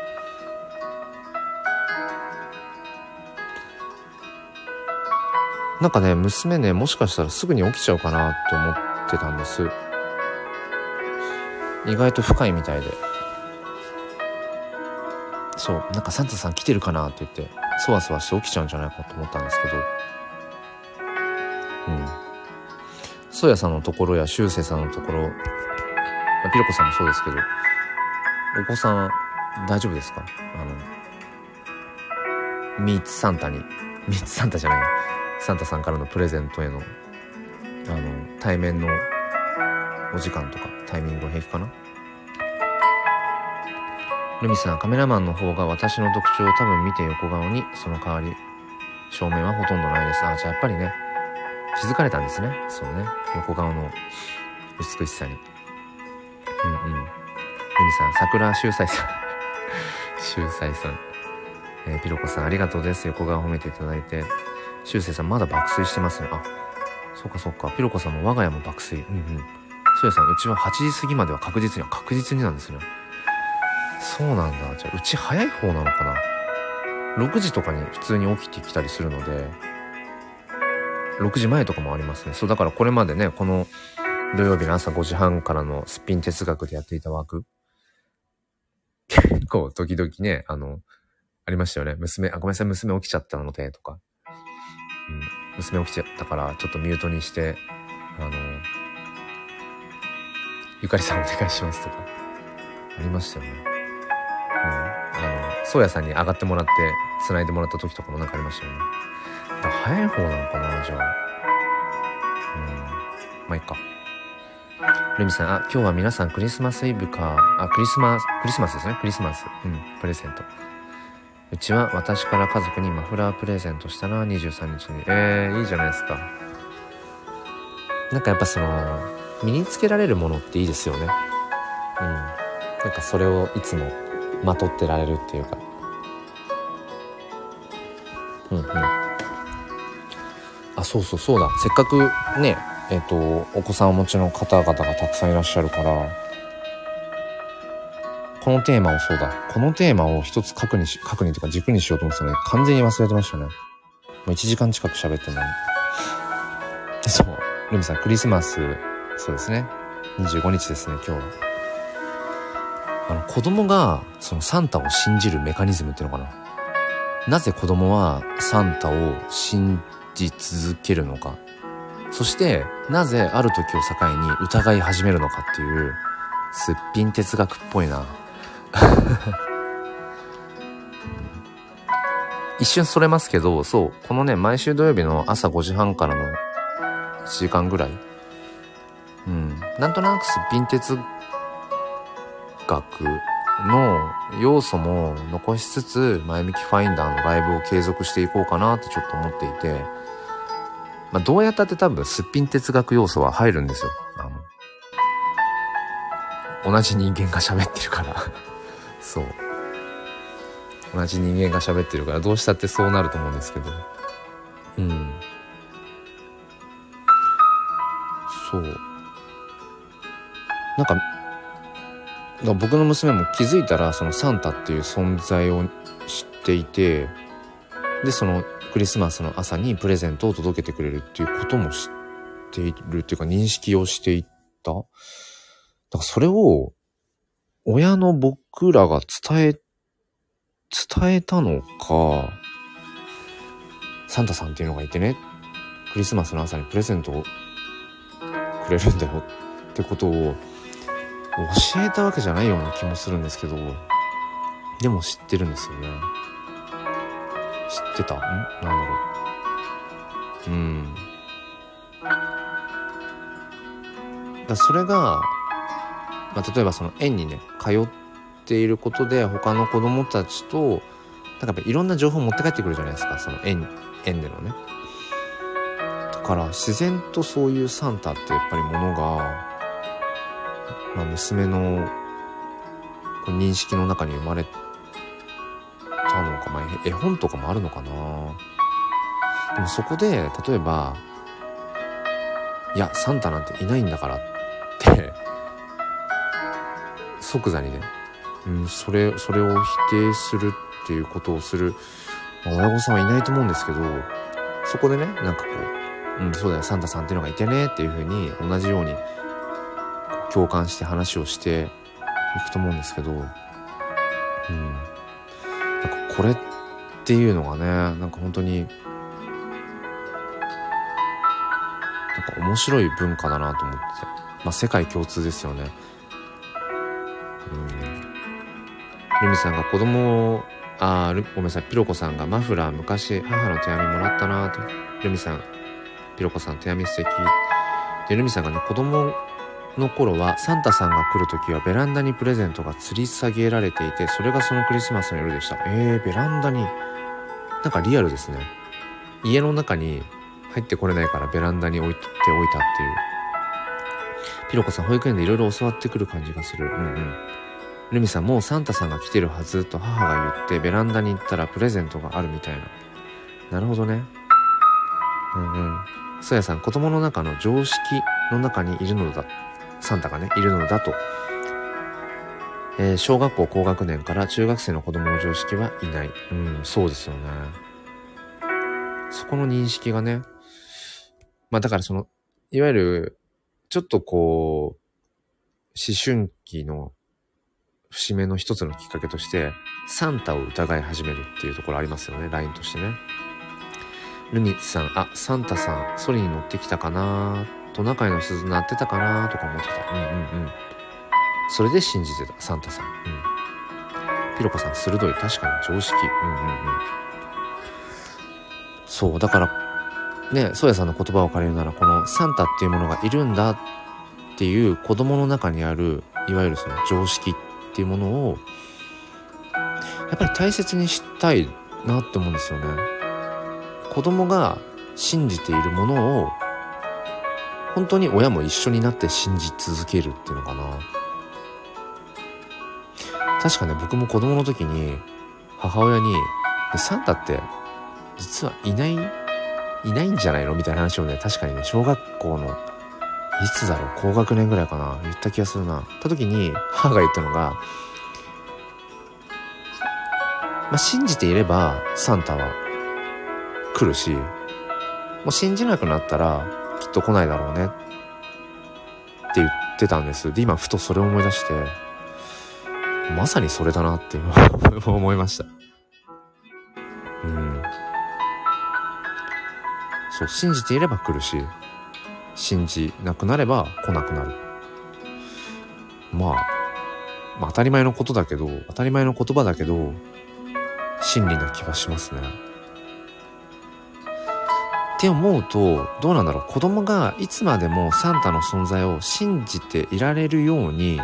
なんかね、娘ね、もしかしたらすぐに起きちゃうかなと思ってたんです。意外と深いみたいで、そう、なんかサンタさん来てるかなって言ってそわそわして起きちゃうんじゃないかと思ったんですけど、うん、ソヤさんのところやシュウセイさんのところ、ピロコさんもそうですけど、お子さん大丈夫ですか？あのミーツサンタに、ミーツサンタじゃない、サンタさんからのプレゼントへのあの対面のお時間とかタイミングは平気かな？ルミさん、カメラマンの方が私の特徴を多分見て横顔に、その代わり正面はほとんどないです。あ、じゃあやっぱりね、気づかれたんですね。そうね、横顔の美しさに。うんうん。ルミさん、桜秀才さん秀才さん、えー、ピロコさんありがとうです。横顔褒めていただいて。秀才さんまだ爆睡してますね。あ、そっかそっか。ピロコさんも我が家も爆睡。うんうん。ソヤさん、うちははちじ過ぎまでは確実には確実になんですね。そうなんだ。じゃあうち早い方なのかな。ろくじとかに普通に起きてきたりするので、ろくじまえとかもありますね。そう、だからこれまでね、この土曜日の朝ごじはんからのすっぴん哲学でやっていた枠、結構時々ね、あのありましたよね。娘、あ、ごめんなさい、娘起きちゃったのでとか、うん、娘起きちゃったからちょっとミュートにして、あのゆかりさんお願いしますとかありましたよね。うん、あのソーヤさんに上がってもらって繋いでもらった時とかもなんかありましたよね。だから早い方なのかな、じゃあ。うん、まあいいか。ルミさん、あ、今日は皆さんクリスマスイブか、あ、クリスマスクリスマスですね。クリスマス、うん、プレゼント。うちは私から家族にマフラープレゼントしたな、にじゅうさんにちに。えー、いいじゃないですか。なんかやっぱその身につけられるものっていいですよね。うん、なんかそれをいつもまとってられるっていうか、うんうん。あ、そうそうそうだ。せっかくね、えっとお子さんをお持ちの方々がたくさんいらっしゃるから、このテーマを、そうだ、このテーマを一つ核にし、核にというか軸にしようと思ってたのに完全に忘れてましたね。もういちじかん近く喋ってるのに。そう、ルミさん、クリスマス、そうですね、にじゅうごにちですね、今日は。あの子供がそのサンタを信じるメカニズムっていうのかな。なぜ子供はサンタを信じ続けるのか、そしてなぜある時を境に疑い始めるのかっていう、すっぴん哲学っぽいな一瞬それますけど、そう、このね、毎週土曜日の朝ごじはんからのいちじかんぐらい、うん、なんとなくすっぴん哲学の要素も残しつつ、前向きファインダーのライブを継続していこうかなってちょっと思っていて、 まあ、どうやったって多分すっぴん哲学要素は入るんですよ。あの、同じ人間が喋ってるから。そう。同じ人間が喋ってるからどうしたってそうなると思うんですけど。うん。そう。なんか、僕の娘も気づいたらそのサンタっていう存在を知っていて、でそのクリスマスの朝にプレゼントを届けてくれるっていうことも知っているっていうか認識をしていった。だからそれを親の僕らが伝え伝えたのか、サンタさんっていうのがいてね、クリスマスの朝にプレゼントをくれるんだよってことを教えたわけじゃないような気もするんですけど、でも知ってるんですよね。知ってた？ん？なんだろう。うん。だそれが、まあ、例えばその園にね通っていることで他の子供たちとだからいろんな情報を持って帰ってくるじゃないですか、その園園でのね。だから自然とそういうサンタってやっぱりものが、まあ、娘の認識の中に生まれたのか、まあ、絵本とかもあるのかな。でもそこで例えばいやサンタなんていないんだからって即座にね、うん、それそれを否定するっていうことをする、まあ、親御さんはいないと思うんですけど、そこでねなんかこう、うん、そうだよサンタさんっていうのがいてねっていう風に同じように共感して話をしていくと思うんですけど、うん、なんかこれっていうのがねなんか本当になんか面白い文化だなと思って、まあ世界共通ですよね。うん。ルミさんが子供を、あー、ごめんなさい、ピロコさんがマフラー昔母の手編みもらったなと。ルミさん、ピロコさん手編み素敵。で、ルミさんがね、子供の頃はサンタさんが来るときはベランダにプレゼントが吊り下げられていて、それがそのクリスマスの夜でした。えー、ベランダに、なんかリアルですね。家の中に入ってこれないからベランダに置いておいたっていう。ピロコさん保育園でいろいろ教わってくる感じがする。うんうん。ルミさんもうサンタさんが来てるはずと母が言ってベランダに行ったらプレゼントがあるみたいな。なるほどね。うんうん。ソヤさん、子供の中の常識の中にいるのだ。サンタがねいるのだと。えー、小学校高学年から中学生の子供の常識はいない。うん、そうですよね。そこの認識がね、まあだからそのいわゆるちょっとこう思春期の節目の一つのきっかけとしてサンタを疑い始めるっていうところありますよね、ラインとしてね。ルミさん、あ、サンタさんソリに乗ってきたかな、トナカイの鈴鳴ってたかなとか思ってた。うんうんうん。それで信じてたサンタさん。うん。ピロコさん鋭い、確かに常識。うんうんうん。そうだからね、ソヤさんの言葉を借りるならこのサンタっていうものがいるんだっていう子供の中にあるいわゆるその常識っていうものをやっぱり大切にしたいなって思うんですよね。子供が信じているものを本当に親も一緒になって信じ続けるっていうのかな。確かね、僕も子供の時に母親にサンタって実はいないいないんじゃないのみたいな話をね、確かにね、小学校のいつだろう、高学年ぐらいかな、言った気がするな。た時に母が言ったのが、まあ、信じていればサンタは来るし、もう信じなくなったらきっと来ないだろうねって言ってたんです。で、今ふとそれを思い出して、まさにそれだなって思いました。うん。そう、信じていれば来るし、信じなくなれば来なくなる。まあ、まあ当たり前のことだけど、当たり前の言葉だけど、真理な気はしますね。って思うと、どうなんだろう、子供がいつまでもサンタの存在を信じていられるように、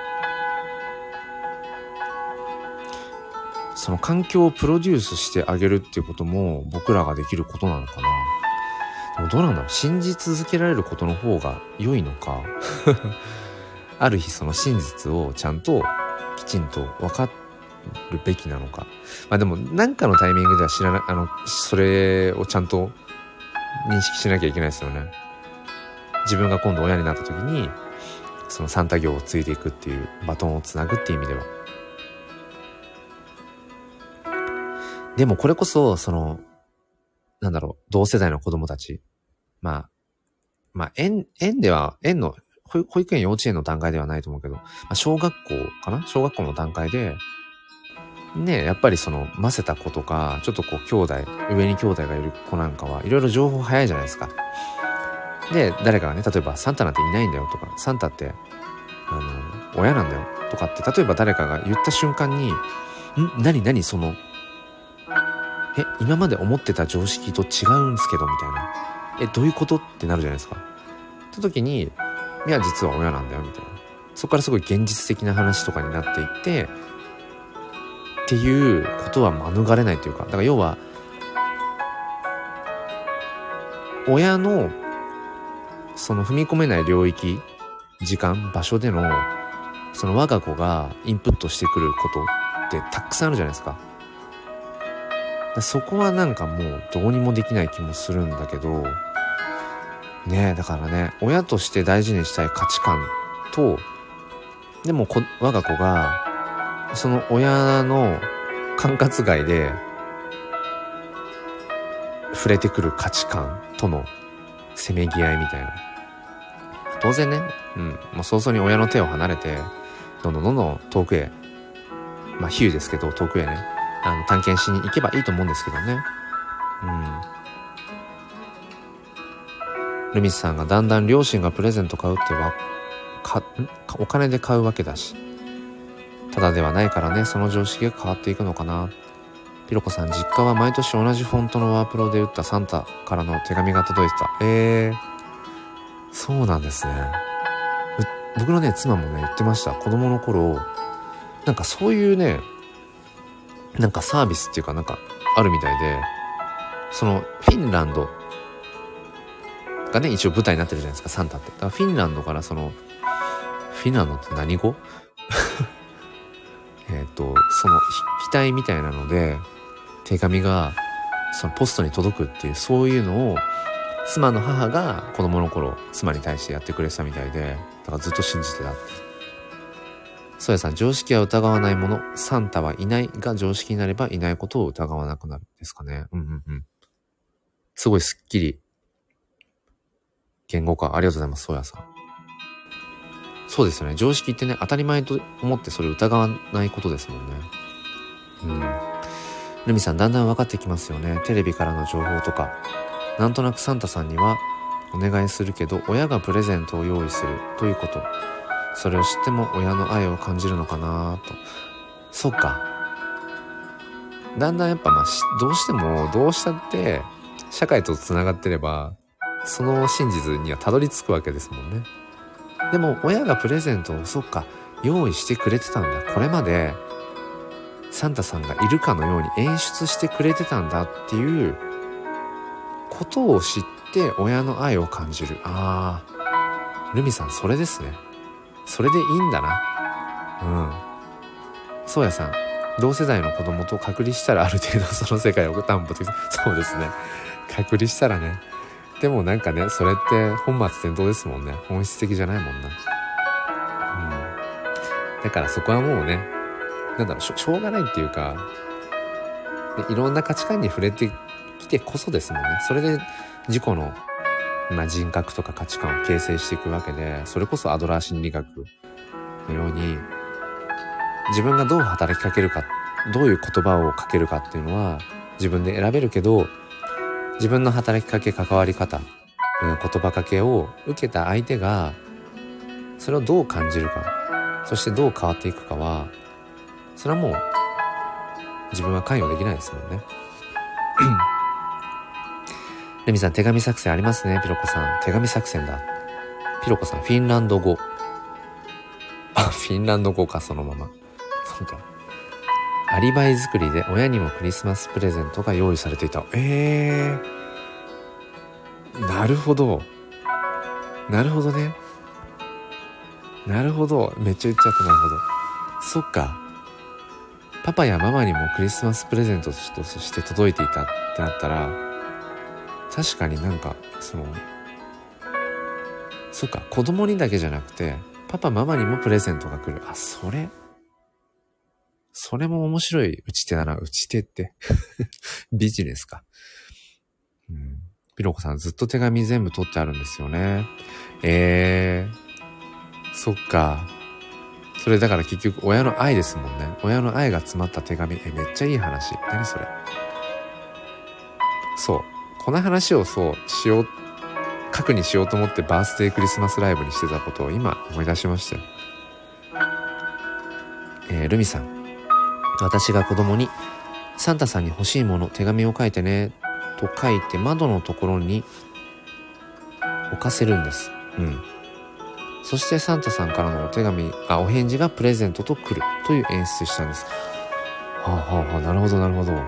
その環境をプロデュースしてあげるっていうことも僕らができることなのかな。 でもどうなんだろう、信じ続けられることの方が良いのかある日その真実をちゃんときちんと分かるべきなのか。まあでも何かのタイミングでは知らない、あのそれをちゃんと認識しなきゃいけないですよね。自分が今度親になった時にそのサンタ業を継いでいくっていうバトンをつなぐっていう意味では。でもこれこそそのなんだろう、同世代の子供たち、まあまあ園園では園の保育園幼稚園の段階ではないと思うけど、まあ、小学校かな、小学校の段階でね、やっぱりそのませた子とかちょっとこう兄弟上に兄弟がいる子なんかはいろいろ情報早いじゃないですか。で誰かがね、例えばサンタなんていないんだよとか、サンタってあの親なんだよとかって例えば誰かが言った瞬間に、ん何何そのえ今まで思ってた常識と違うんすけどみたいな、えどういうことってなるじゃないですか。って時にいや実は親なんだよみたいな、そこからすごい現実的な話とかになっていってっていうことは免れないというか、だから要は親のその踏み込めない領域、時間、場所でのその我が子がインプットしてくることってたくさんあるじゃないですか。だそこはなんかもうどうにもできない気もするんだけどね。えだからね、親として大事にしたい価値観と、でもこ我が子がその親の管轄外で触れてくる価値観とのせめぎ合いみたいな。当然ね、うん、もう早々に親の手を離れてどんどんどんどん遠くへ、まあ比喩ですけど遠くへね、あの探検しに行けばいいと思うんですけどね。うん。ルミスさんがだんだん両親がプレゼント買うってはかんお金で買うわけだし、ただではないからね、その常識が変わっていくのかな。ピロコさん、実家は毎年同じフォントのワープロで打ったサンタからの手紙が届いてた。えー、そうなんですね。僕のね妻もね言ってました。子供の頃なんかそういうね、なんかサービスっていうかなんかあるみたいで、そのフィンランドがね一応舞台になってるじゃないですか、サンタって。だからフィンランドからそのフィンランドって何語えっとその筆記体みたいなので手紙がそのポストに届くっていう、そういうのを妻の母が子供の頃妻に対してやってくれてたみたいで、だからずっと信じてたって。ソヤさん、常識は疑わないもの、サンタはいないが常識になればいないことを疑わなくなるですかね。うんうんうん。すごいすっきり言語化、ありがとうございます、ソヤさん。そうですよね。常識ってね、当たり前と思ってそれ疑わないことですもんね。うん。ルミさん、だんだん分かってきますよね。テレビからの情報とか。なんとなくサンタさんにはお願いするけど、親がプレゼントを用意するということ。それを知っても親の愛を感じるのかなと。そっか。だんだんやっぱまあどうしてもどうしたって社会とつながってればその真実にはたどり着くわけですもんね。でも親がプレゼントをそっか用意してくれてたんだ。これまでサンタさんがいるかのように演出してくれてたんだっていうことを知って親の愛を感じる。ああ、ルミさんそれですね。それでいいんだな。うん。そうやさん、同世代の子供と隔離したらある程度その世界を担保的。そうですね。隔離したらね。でもなんかね、それって本末転倒ですもんね。本質的じゃないもんな。うん。だからそこはもうね、なんだろう、し ょ, しょうがないっていうか、いろんな価値観に触れてきてこそですもんね。それで自己のまあ、人格とか価値観を形成していくわけで、それこそアドラー心理学のように自分がどう働きかけるか、どういう言葉をかけるかっていうのは自分で選べるけど、自分の働きかけ、関わり方、言葉かけを受けた相手がそれをどう感じるか、そしてどう変わっていくかは、それはもう自分は関与できないですもんね。レミさん、手紙作戦ありますね。ピロコさん、手紙作戦だ。ピロコさん、フィンランド語。あ、フィンランド語か、そのまま。そうか。アリバイ作りで親にもクリスマスプレゼントが用意されていた。えなるほどなるほどねなるほどめっちゃ言っちゃった。なるほど。そっか、パパやママにもクリスマスプレゼントとして届いていたってなったら、確かになんかそのそっか、子供にだけじゃなくてパパママにもプレゼントが来る。あ、それそれも面白い打ち手だな。打ち手ってビジネスか。うん。ピロコさんずっと手紙全部取ってあるんですよね。えー、そっか。それだから結局親の愛ですもんね。親の愛が詰まった手紙。え、めっちゃいい話。何それ。そう。この話をそうしよう、核にしようと思ってバースデークリスマスライブにしてたことを今思い出しましたよ。えー、ルミさん。私が子供にサンタさんに欲しいもの手紙を書いてねと書いて窓のところに置かせるんです。うん。そしてサンタさんからのお手紙、あ、お返事がプレゼントと来るという演出したんです。はあはあはあ、なるほどなるほど。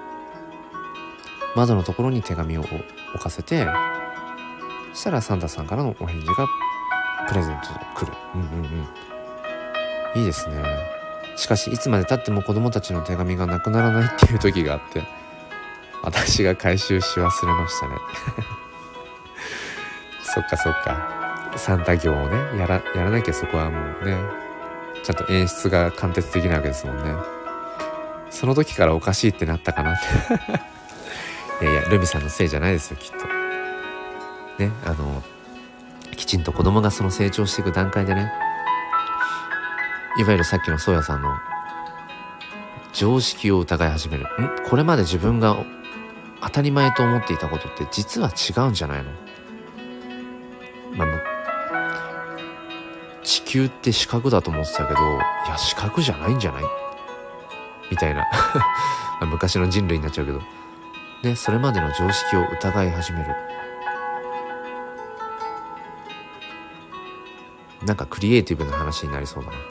窓のところに手紙を置かせて、そしたらサンタさんからのお返事がプレゼントと来る。うんうんうん。いいですね。しかしいつまで経っても子供たちの手紙がなくならないっていう時があって、私が回収し忘れましたねそっかそっか、サンタ業をねやらやらなきゃ、そこはもうねちゃんと演出が貫徹できないわけですもんね。その時からおかしいってなったかなっていやいや、ルミさんのせいじゃないですよ、きっとね。あのきちんと子供がその成長していく段階でね、いわゆるさっきのソーヤさんの常識を疑い始める。んこれまで自分が当たり前と思っていたことって実は違うんじゃないの。まあ、地球って四角だと思ってたけど、いや四角じゃないんじゃないみたいな昔の人類になっちゃうけどね、それまでの常識を疑い始める。なんかクリエイティブな話になりそうだな。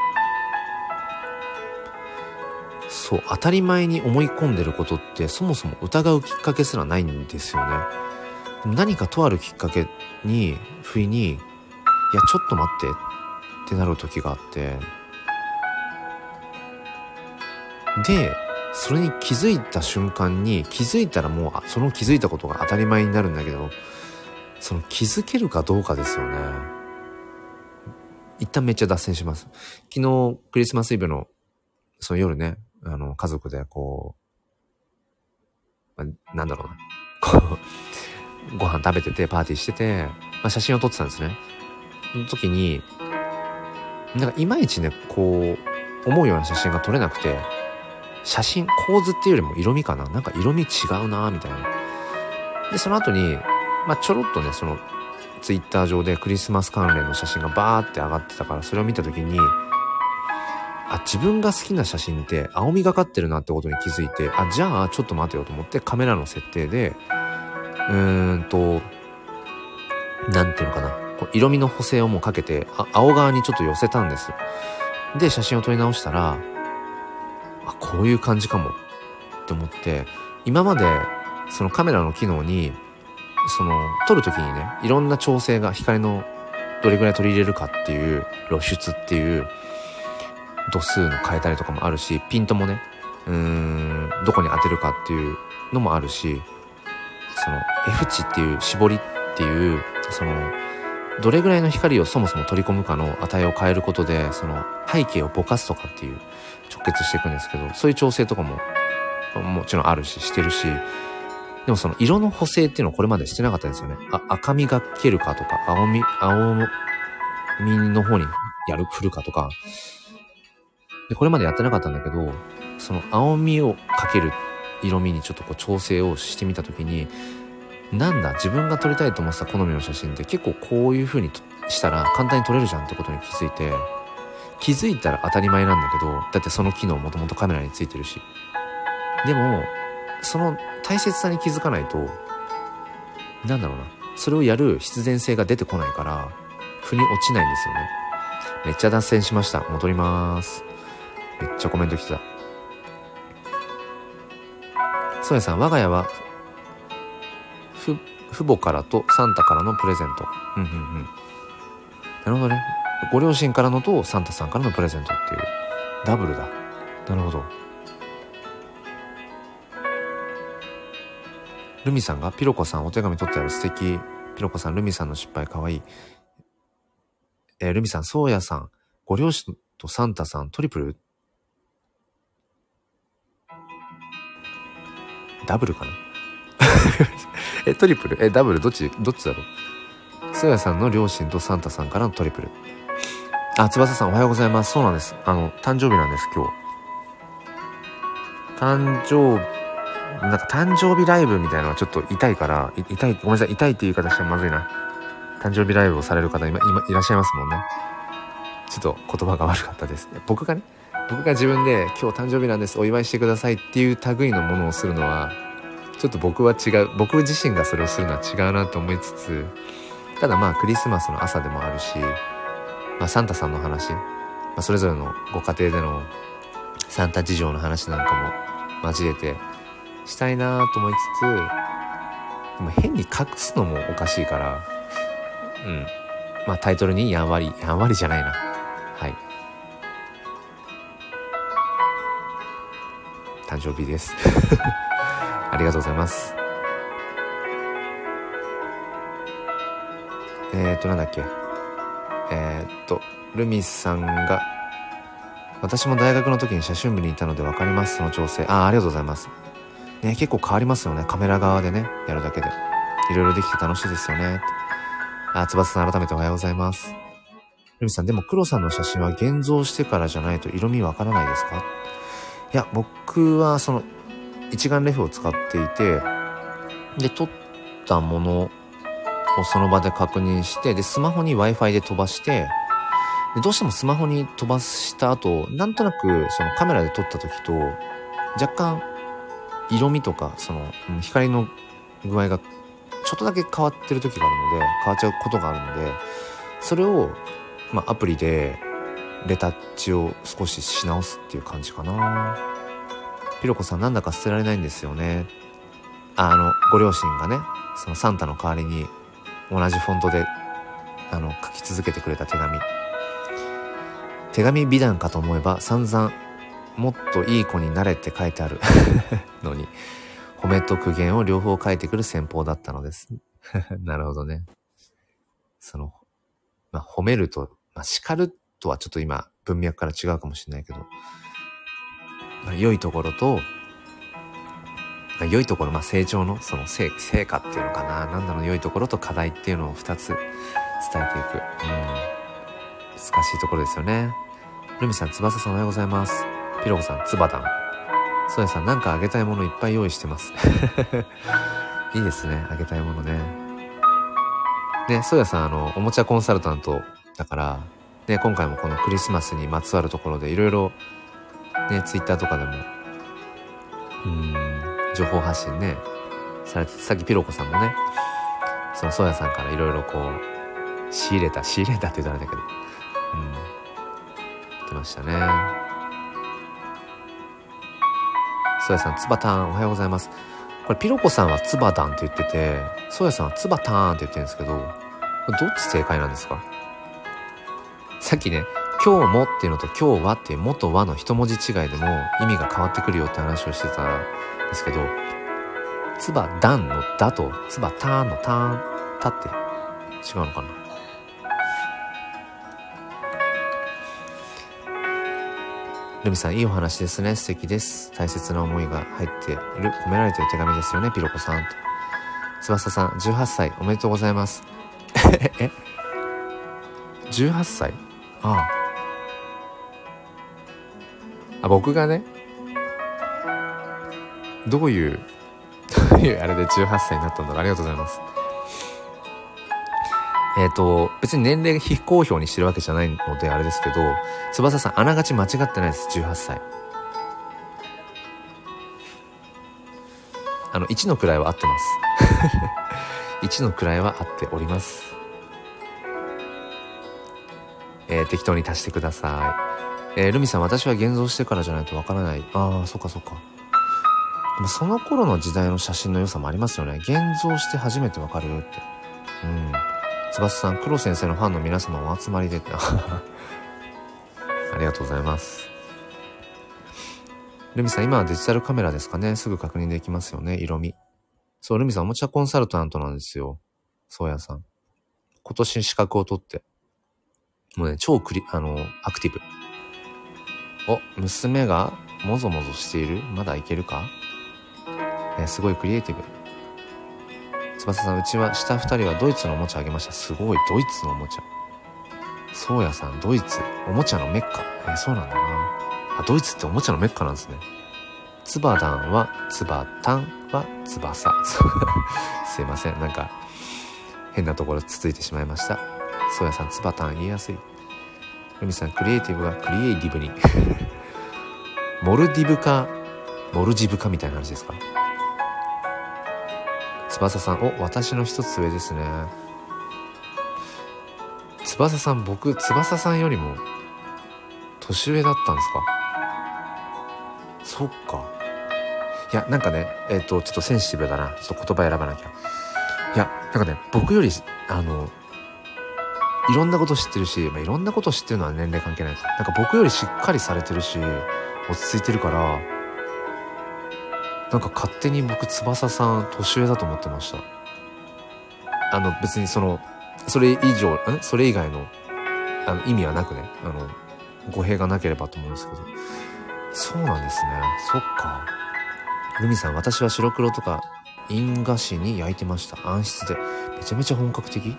そう、当たり前に思い込んでることってそもそも疑うきっかけすらないんですよね。何かとあるきっかけに不意に、いやちょっと待ってってなる時があって、でそれに気づいた瞬間に、気づいたらもうその気づいたことが当たり前になるんだけど、その気づけるかどうかですよね。一旦めっちゃ脱線します。昨日クリスマスイブのその夜ね、あの家族でこう、まあ、なんだろうなこうご飯食べててパーティーしてて、まあ、写真を撮ってたんですね。その時になんかいまいちねこう思うような写真が撮れなくて、写真構図っていうよりも色味かな、なんか色味違うなみたいな。でその後にまあちょろっとね、そのツイッター上でクリスマス関連の写真がバーって上がってたから、それを見た時に、あ、自分が好きな写真って青みがかってるなってことに気づいて、あ、じゃあちょっと待てよと思ってカメラの設定でうーんとなんていうのかな、こう色味の補正をもうかけて、あ、青側にちょっと寄せたんです。で写真を撮り直したら、あ、こういう感じかもって思って、今までそのカメラの機能にその撮る時にね、いろんな調整が、光のどれぐらい取り入れるかっていう露出っていう度数の変えたりとかもあるし、ピントもね、うーんどこに当てるかっていうのもあるし、その F 値っていう絞りっていう、そのどれぐらいの光をそもそも取り込むかの値を変えることで、その背景をぼかすとかっていう直結していくんですけど、そういう調整とかももちろんあるし、してるし、でもその色の補正っていうのをこれまでしてなかったんですよね。あ、赤みが消えるかとか、青み、青みの方にやる、振るかとか。で、これまでやってなかったんだけど、その青みをかける色味にちょっとこう調整をしてみたときに、なんだ、自分が撮りたいと思ってた好みの写真って結構こういう風にしたら簡単に撮れるじゃんってことに気づいて、気づいたら当たり前なんだけど、だってその機能もともとカメラについてるし。でも、その大切さに気づかないと、なんだろうな、それをやる必然性が出てこないから腑に落ちないんですよね。めっちゃ脱線しました。戻ります。めっちゃコメント来てた。ソヤさん、我が家はふ父母からとサンタからのプレゼント。うんうんうん。なるほどね。ご両親からのとサンタさんからのプレゼントっていう。ダブルだ。なるほど。ルミさんがピロコさんお手紙取ってある素敵。ピロコさんルミさんの失敗かわいい。えー、ルミさんソーヤさんご両親とサンタさんトリプルダブルかなえトリプルえダブルどっちどっちだろう。ソーヤさんの両親とサンタさんからのトリプル。あ、翼さんおはようございます。そうなんです。あの誕生日なんです今日。誕生なんか誕生日ライブみたいなのはちょっと痛いから痛いごめんなさい痛いっていう言い方してもまずいな。誕生日ライブをされる方今今いらっしゃいますもんね。ちょっと言葉が悪かったです。僕がね僕が自分で今日誕生日なんですお祝いしてくださいっていう類のものをするのはちょっと僕は違う僕自身がそれをするのは違うなと思いつつ、ただまあクリスマスの朝でもあるし、まあ、サンタさんの話、まあ、それぞれのご家庭でのサンタ事情の話なんかも交えてしたいなと思いつつ、でも変に隠すのもおかしいからうんまあタイトルにやんわりやんわりじゃないなはい誕生日ですありがとうございます。えーとなんだっけえーっとルミさんが私も大学の時に写真部にいたので分かりますその調整。ああありがとうございますね。結構変わりますよねカメラ側でねやるだけでいろいろできて楽しいですよね。あ翼さん改めておはようございます。ルミさんでも黒さんの写真は現像してからじゃないと色味わからないですか。いや僕はその一眼レフを使っていてで撮ったものをその場で確認してでスマホに Wi-Fi で飛ばしてでどうしてもスマホに飛ばした後なんとなくそのカメラで撮った時と若干色味とかその、うん、光の具合がちょっとだけ変わってる時があるので変わっちゃうことがあるのでそれを、まあ、アプリでレタッチを少しし直すっていう感じかな。ピロコさんなんだか捨てられないんですよね。ああのご両親がねそのサンタの代わりに同じフォントであの書き続けてくれた手紙手紙美談かと思えば散々もっといい子になれって書いてあるのに褒めと苦言を両方書いてくる戦法だったのですなるほどね。その、まあ、褒めると、まあ、叱るとはちょっと今文脈から違うかもしれないけど、まあ、良いところと、まあ、良いところ、まあ、成長のその成、成果っていうのかな、なんだろう良いところと課題っていうのを二つ伝えていく、うん、難しいところですよね。ルミさん、翼さんおはようございます。ピロコさん、つばたん。ソヤさん、なんかあげたいものいっぱい用意してますいいですね、あげたいものね。ね、ソヤさん、あのおもちゃコンサルタントだからね、今回もこのクリスマスにまつわるところでいろいろね、ツイッターとかでもうーん情報発信ねされて、さっきピロコさんもねそのソヤさんからいろいろこう仕入れた仕入れたって言ったらあれだけどうん言ってましたね。ソヤさん、つばたんおはようございます。これピロコさんはつばたんって言っててソヤさんはつばたんって言ってるんですけど、これどっち正解なんですか。さっきね今日もっていうのと今日はっていうもとはの一文字違いでも意味が変わってくるよって話をしてたんですけど、つばだんのだとつばたんのたんたって違うのかな。ルミさん、いいお話ですね。素敵です。大切な思いが入っている込められている手紙ですよね、ピロコさん。翼さん、じゅうはっさいおめでとうございますえじゅうはっさいあああ、僕がねどういうどういうあれでじゅうはっさいになったんだろう。ありがとうございます。えっと別に年齢非公表にしてるわけじゃないのであれですけど、翼さんあながち間違ってないです。じゅうはっさいあのいちの位は合ってますいちの位は合っております。えー、適当に足してください。えー、ルミさん、私は現像してからじゃないとわからない。ああ、そっかそっか。 でもその頃の時代の写真の良さもありますよね。現像して初めてわかるよって。うん。翼さん、黒先生のファンの皆様お集まりでって。ありがとうございます。ルミさん、今はデジタルカメラですかね。すぐ確認できますよね。色味。そう、ルミさん、おもちゃコンサルタントなんですよ。そうやさん。今年資格を取って。もうね、超クリ、あの、アクティブ。お、娘がもぞもぞしている？まだいけるか？ね、すごいクリエイティブ。翼さん、うちは下二人はドイツのおもちゃあげました。すごい、ドイツのおもちゃ。そうやさん、ドイツ、おもちゃのメッカ。えー、そうなんだな。あ、ドイツっておもちゃのメッカなんですね。つばだんは、つばたんは、翼。すいません、なんか、変なところつついてしまいました。そうやさん、つばたん言いやすい。ルミさん、クリエイティブがクリエイティブに。モルディブか、モルジブかみたいな話ですか。翼さん、お、私の一つ上ですね。翼さん、僕、翼さんよりも、年上だったんですか？そっか。いや、なんかね、えっと、ちょっとセンシティブだな。ちょっと言葉選ばなきゃ。いや、なんかね、僕より、あの、いろんなこと知ってるし、まあ、いろんなこと知ってるのは年齢関係ないか。なんか僕よりしっかりされてるし、落ち着いてるから、なんか勝手に僕、翼さん、年上だと思ってました。あの、別にその、それ以上、んそれ以外の、あの、意味はなくね、あの、語弊がなければと思うんですけど。そうなんですね。そっか。ルミさん、私は白黒とか、印画紙に焼いてました。暗室で。めちゃめちゃ本格的。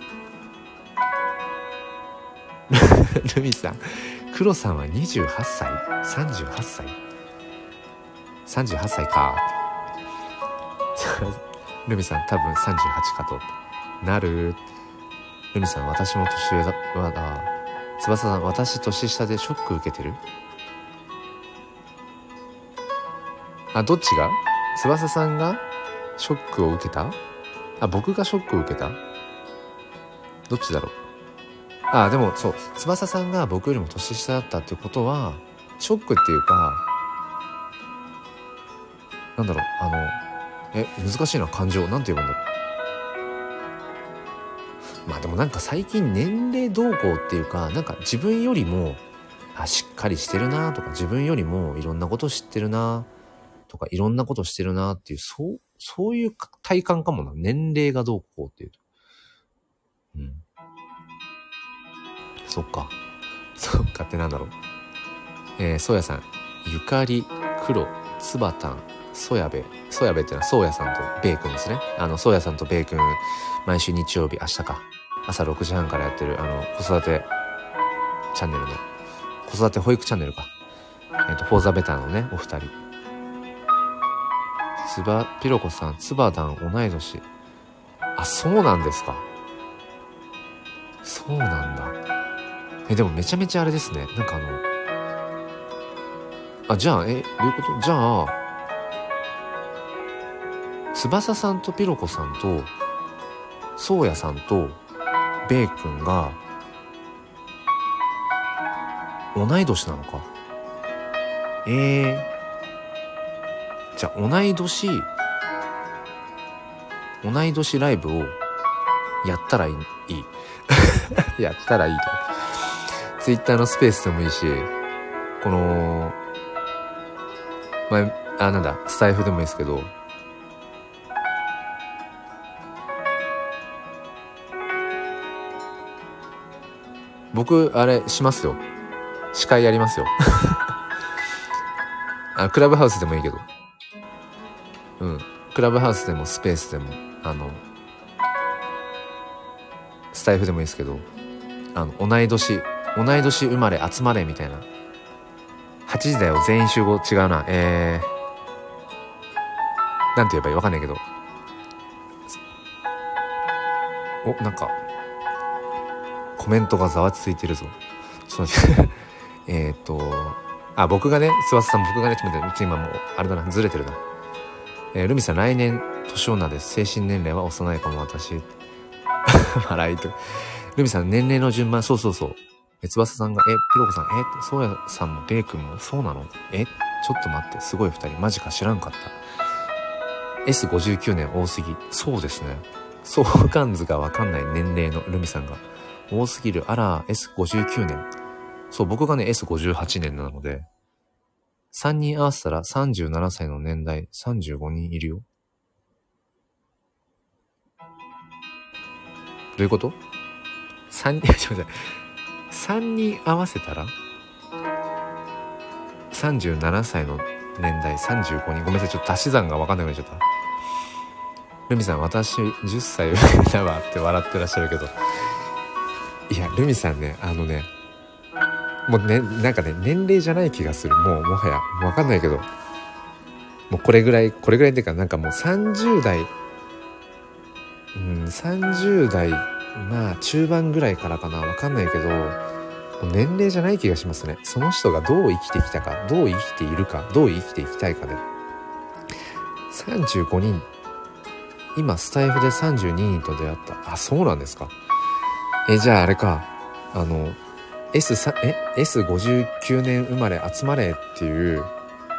ルミさん、黒さんはにじゅうはっさい ?さんじゅうはっさい さんじゅうはっさいか。ルミさん、多分さんじゅうはちかと。なる。ルミさん、私も年上だ。わだ。翼さん、私年下でショック受けてる？あ、どっちが？翼さんがショックを受けた？あ、僕がショックを受けた？どっちだろう？あ、でもそう、翼さんが僕よりも年下だったってことは、ショックっていうか、なんだろう、あの、え、難しいな、感情。なんて言うんだろう。まあでもなんか最近年齢動向っていうか、なんか自分よりも、あ、しっかりしてるなとか、自分よりもいろんなこと知ってるなとか、いろんなことしてるなっていう、そう、そういう体感かもな。年齢がどうこうっていうと。うん。そっか。そっかってなんだろう。えー、そうやさん、ゆかり、黒、つばたん、そやべ。そやべっていうのはそうやさんとベイくんですね。あの、そうやさんとベイくん、毎週日曜日、明日か。朝ろくじはんからやってる、あの、子育てチャンネルの、子育て保育チャンネルか。えっと、フォーザベターのね、お二人。つば、ピロコさん、つばだん同い年。あ、そうなんですか。そうなんだ。え、でもめちゃめちゃあれですね。なんかあの、あ、じゃあ、え、どういうこと？じゃあ、翼さんとピロコさんと、そうやさんと、ベイくんが、同い年なのか。えー、じゃあ同い年、同い年ライブをやったらいい。いいやったらいいと。ツイッターのスペースでもいいし、この、まあ、あ、なんだ、スタイフでもいいですけど、僕、あれ、しますよ。司会やりますよ。あ、クラブハウスでもいいけど。うん。クラブハウスでもスペースでも、あの、スタイフでもいいですけど、あの、同い年、同い年生まれ集まれみたいな。はちじだよ、全員集合。違うな。えー、なんて言えばいい？わかんないけど。お、なんか、コメントがざわついてるぞ。ちょっと待って。えっと、あ、僕がね、翼さん、僕がね、ちょっと待って、今もう、あれだな、ずれてるな。えー、ルミさん、来年、年女です。精神年齢は幼いかも、私。笑いと。ルミさん、年齢の順番、そうそうそう。え、翼さんが、え、ピロコさん、え、そうやさんもベイ君も、そうなの？え、ちょっと待って、すごい二人、マジか知らんかった。 エスごじゅうきゅう 年多すぎ。そうですね。相関図がわかんない年齢のルミさんが多すぎる。あら、エスごじゅうきゅう 年。そう、僕がね、エスごじゅうはち 年なので、さんにん合わせたらさんじゅうななさいの年代、さんじゅうごにんいるよ。どういうこと ?さん 人、ちょっと待って。さんにん合わせたらさんじゅうななさいの年代、さんじゅうごにん。ごめんなさい、ちょっと足し算がわかんなくなっちゃった。ルミさん、私じゅっさい上だわって笑ってらっしゃるけど。いや、ルミさんね、あのね、もうね、なんかね、年齢じゃない気がする。もう、もはや、もうわかんないけど。もうこれぐらい、これぐらいっていうか、なんかもうさんじゅう代、うん、さんじゅう代、まあ、中盤ぐらいからかな。わかんないけど、年齢じゃない気がしますね。その人がどう生きてきたか、どう生きているか、どう生きていきたいかで。さんじゅうごにん、今スタイフでさんじゅうににんと出会った。あ、そうなんですか。え、じゃああれか、あの、S さ、え、エスごじゅうきゅう 年生まれ集まれっていう、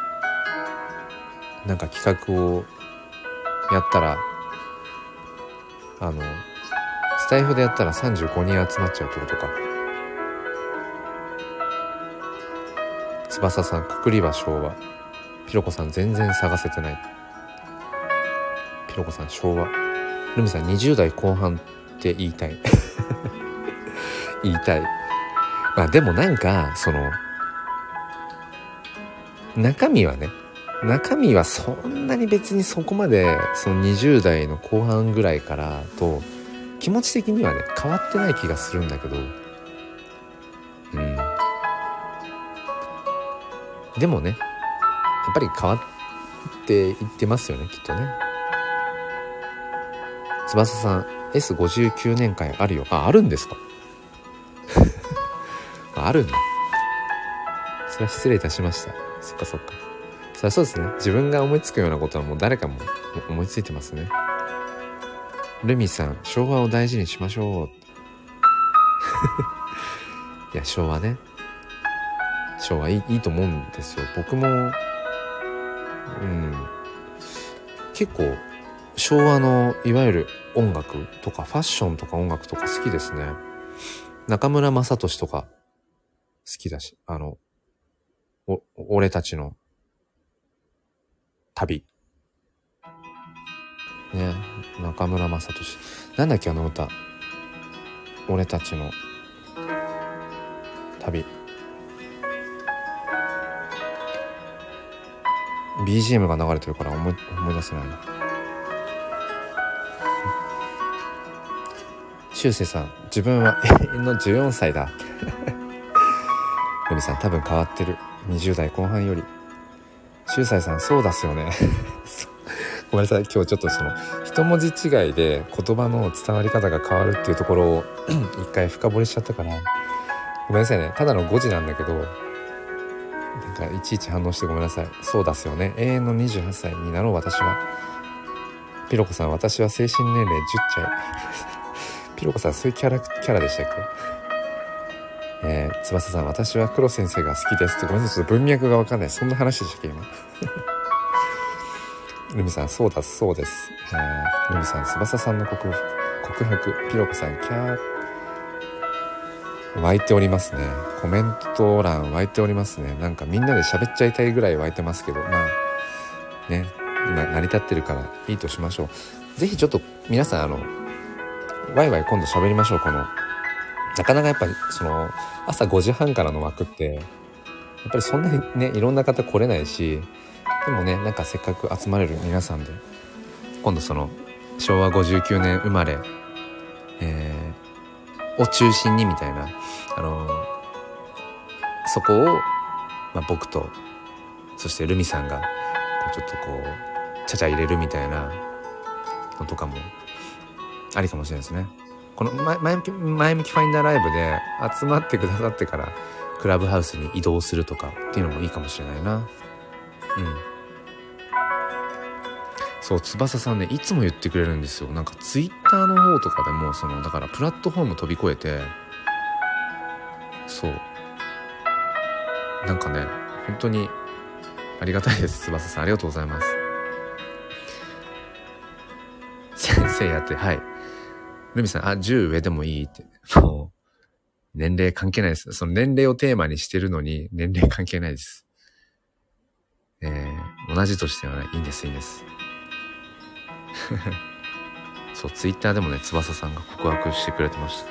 なんか企画をやったら、あの、スタイフでやったらさんじゅうごにん集まっちゃうってことか。翼さん、くくりは昭和。ピロコさん、全然探せてない。ピロコさん、昭和。ルミさん、にじゅう代後半って言いたい。言いたい。まあでもなんか、その、中身はね、中身はそんなに別にそこまで、そのにじゅう代の後半ぐらいからと、気持ち的にはね、変わってない気がするんだけど、うん。でもね、やっぱり変わっていってますよね、きっとね。翼さん、エスごじゅうきゅう 年会あるよ。あ、あるんですか？あるんだ。それは失礼いたしました。そっかそっか。そりゃそうですね。自分が思いつくようなことはもう誰かも思いついてますね。ルミさん、昭和を大事にしましょう。いや、昭和ね。昭和いい、いいと思うんですよ。僕も、うん、結構昭和のいわゆる音楽とかファッションとか音楽とか好きですね。中村雅俊とか好きだし、あの、お、俺たちの旅。ね、中村雅俊。なんだっけあの歌。俺たちの旅。ビージーエム が流れてるから思い、思い出せないな。しゅうせいさん、自分は永遠のじゅうよんさいだ。ルミさん、多分変わってる。にじゅう代後半より。しゅうさいさん、そうだすよね。ごめんなさい、今日ちょっとその一文字違いで言葉の伝わり方が変わるっていうところを一回深掘りしちゃったから、ごめんなさいね。ただの誤字なんだけど、なんかいちいち反応してごめんなさい。そうだすよね。永遠のにじゅうはっさいになろう私は。ピロコさん、私は精神年齢じゅっちゃい。ピロコさん、そういうキャラキャラでしたっけ？えー、翼さん、私は黒先生が好きですって。ごめんなさい、ちょっと文脈がわかんない。そんな話でしたっけ今。ルミさん、そうだそうです。えー、ルミさん、翼さんの告告白。ピロコさん、キャー湧いておりますね。コメント欄湧いておりますね。なんかみんなで喋っちゃいたいぐらい湧いてますけど、まあね、今成り立ってるからいいとしましょう。ぜひちょっと皆さん、あのワイワイ今度喋りましょう。このなかなかやっぱりその朝ごじはんからの枠ってやっぱりそんなにね、いろんな方来れないし、でもね、なんかせっかく集まれる皆さんで今度そのしょうわごじゅうきゅうねん生まれ、えー、を中心にみたいな、あのー、そこを、まあ、僕とそしてルミさんがこうちょっとこうちゃちゃ入れるみたいなのとかもありかもしれないですね。この前向き、前向きファインダーライブで集まってくださってからクラブハウスに移動するとかっていうのもいいかもしれないな。うん。そう、翼さんね、いつも言ってくれるんですよ。なんかツイッターの方とかでも、そのだからプラットフォーム飛び越えて、そう、なんかね、本当にありがたいです。翼さん、ありがとうございます。 せんやって、はい。ルミさん、あ、じゅう上でもいいって。もう、年齢関係ないです。その年齢をテーマにしてるのに、年齢関係ないです。えー、同じとしてはね、いいんです、いいんです。そう、ツイッターでもね、翼さんが告白してくれてました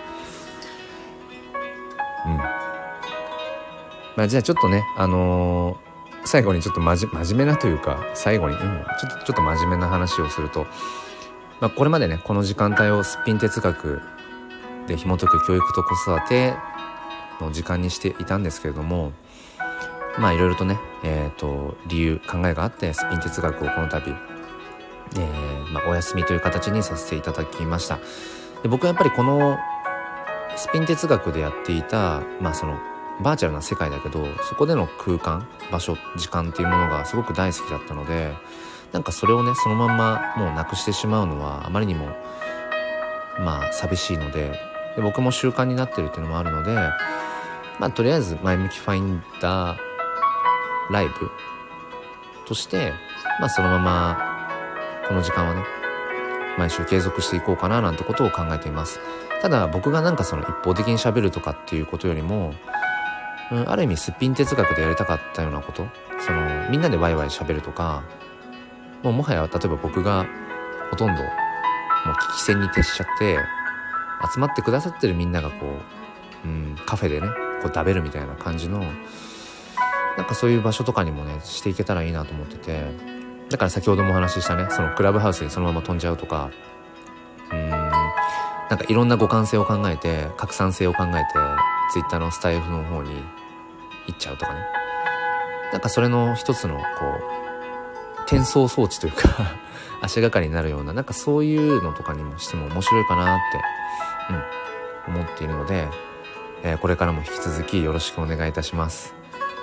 。うん。まあ、じゃあちょっとね、あのー、最後にちょっとまじ真面目なというか、最後に、うん、ちょっと、ちょっと真面目な話をすると、まあ、これまでね、この時間帯をすっぴん哲学で紐解く教育と子育ての時間にしていたんですけれども、まあいろいろとね、えっと、理由、考えがあって、すっぴん哲学をこの度、えー、まあお休みという形にさせていただきました。で、僕はやっぱりこのすっぴん哲学でやっていた、まあその、バーチャルな世界だけど、そこでの空間、場所、時間っていうものがすごく大好きだったので、なんかそれをね、そのまんまもうなくしてしまうのはあまりにも、まあ寂しいので、で僕も習慣になってるっていうのもあるので、まあとりあえず前向きファインダーライブとして、まあそのままこの時間はね、毎週継続していこうかななんてことを考えています。ただ僕がなんかその一方的に喋るとかっていうことよりも、うん、ある意味すっぴん哲学でやりたかったようなこと、そのみんなでワイワイ喋るとか、もうもはや例えば僕がほとんどもう聞き戦に徹しちゃって集まってくださってるみんながこう、うん、カフェでねこう食べるみたいな感じのなんかそういう場所とかにもねしていけたらいいなと思ってて、だから先ほどもお話ししたねそのクラブハウスにそのまま飛んじゃうとか、うーんなんかいろんな互換性を考えて拡散性を考えてツイッターのスタイフの方に行っちゃうとかね、なんかそれの一つのこう転送装置というか足がかりになるようななんかそういうのとかにもしても面白いかなって、うん、思っているので、えー、これからも引き続きよろしくお願いいたします。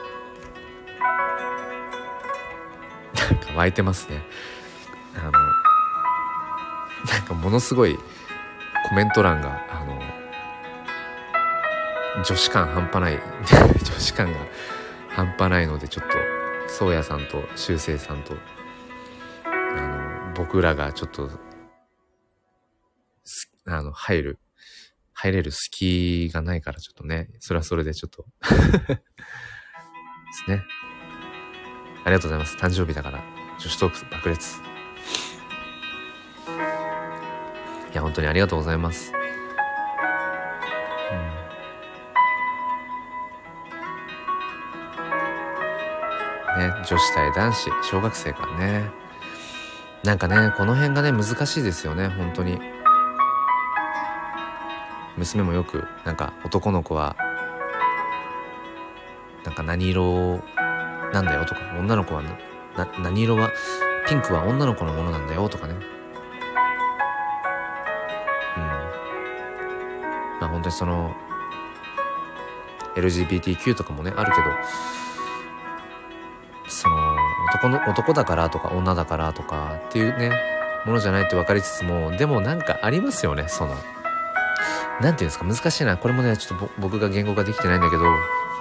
なんか湧いてますね。あのなんかものすごいコメント欄があの女子感半端ない女子感が半端ないので、ちょっとそうやさんとしゅうせいさんとあの僕らがちょっとあの入る入れる隙がないからちょっとね、それはそれでちょっとですね。ありがとうございます。誕生日だから女子トーク爆裂。いや本当にありがとうございます。うん、ね、女子対男子、小学生からね。なんかね、この辺がね難しいですよね、本当に。娘もよくなんか男の子はなんか何色なんだよとか、女の子は な, な何色はピンクは女の子のものなんだよとかね。うん。まあ本当にその エルジービーティーキュー とかもねあるけど、その男の男だからとか女だからとかっていうねものじゃないって分かりつつも、でもなんかありますよね、そのなんていうんですか、難しいな、これもねちょっと僕が言語化できてないんだけど、う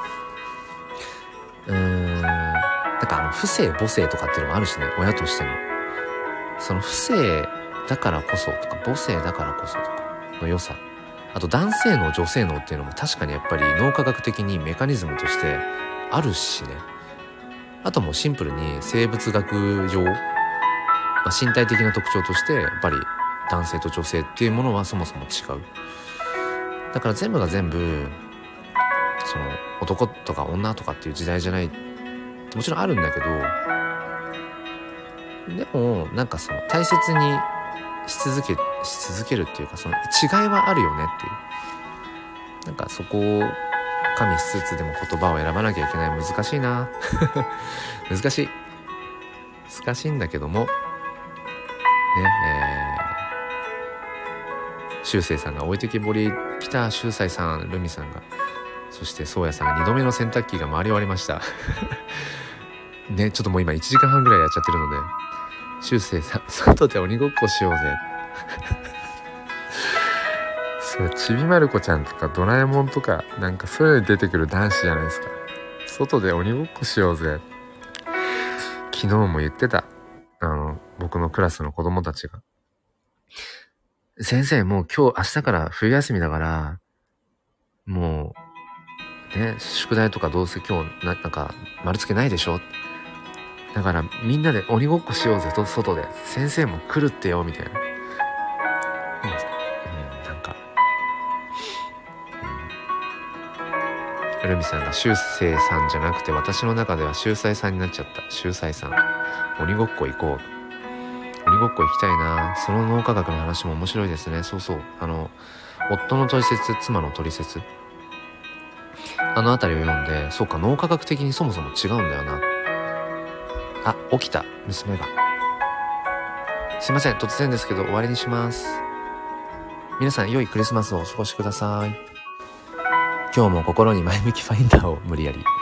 ーんなんかあの不正母性とかっていうのもあるしね、親としてのその不正だからこそとか母性だからこそとかの良さ、あと男性脳女性脳っていうのも確かにやっぱり脳科学的にメカニズムとしてあるしね、あともうシンプルに生物学上、まあ、身体的な特徴としてやっぱり男性と女性っていうものはそもそも違う。だから全部が全部その男とか女とかっていう時代じゃないってもちろんあるんだけど、でもなんかその大切にし続けし続けるっていうか、その違いはあるよねっていう、なんかそこを加味しつつでも言葉を選ばなきゃいけない。難しいな難しい難しいんだけどもね、えー、しゅうせいさんが置いてきぼり来た、しゅうさいさん、ルミさんが、そしてそうやさんがにどめの洗濯機が回り終わりましたね、ちょっともう今いちじかんはんぐらいやっちゃってるので、しゅうせいさん外で鬼ごっこしようぜそう、ちびまる子ちゃんとかドラえもんとかなんかそういうのに出てくる男子じゃないですか。外で鬼ごっこしようぜ。昨日も言ってた、あの僕のクラスの子供たちが先生もう今日明日から冬休みだから、もう、ね、宿題とかどうせ今日な、なんか丸つけないでしょ。だからみんなで鬼ごっこしようぜと、外で。先生も来るってよ、みたいな。うん、うん、なんか、うん。ルミさんが修正さんじゃなくて、私の中では秀才さんになっちゃった。秀才さん。鬼ごっこ行こう。鬼ごっこ行きたいな。その脳科学の話も面白いですね。そうそう。あの、夫の取説、妻の取説。あのあたりを読んで、そうか、脳科学的にそもそも違うんだよな。あ、起きた、娘が。すいません、突然ですけど終わりにします。皆さん、良いクリスマスをお過ごしください。今日も心に前向きファインダーを無理やり。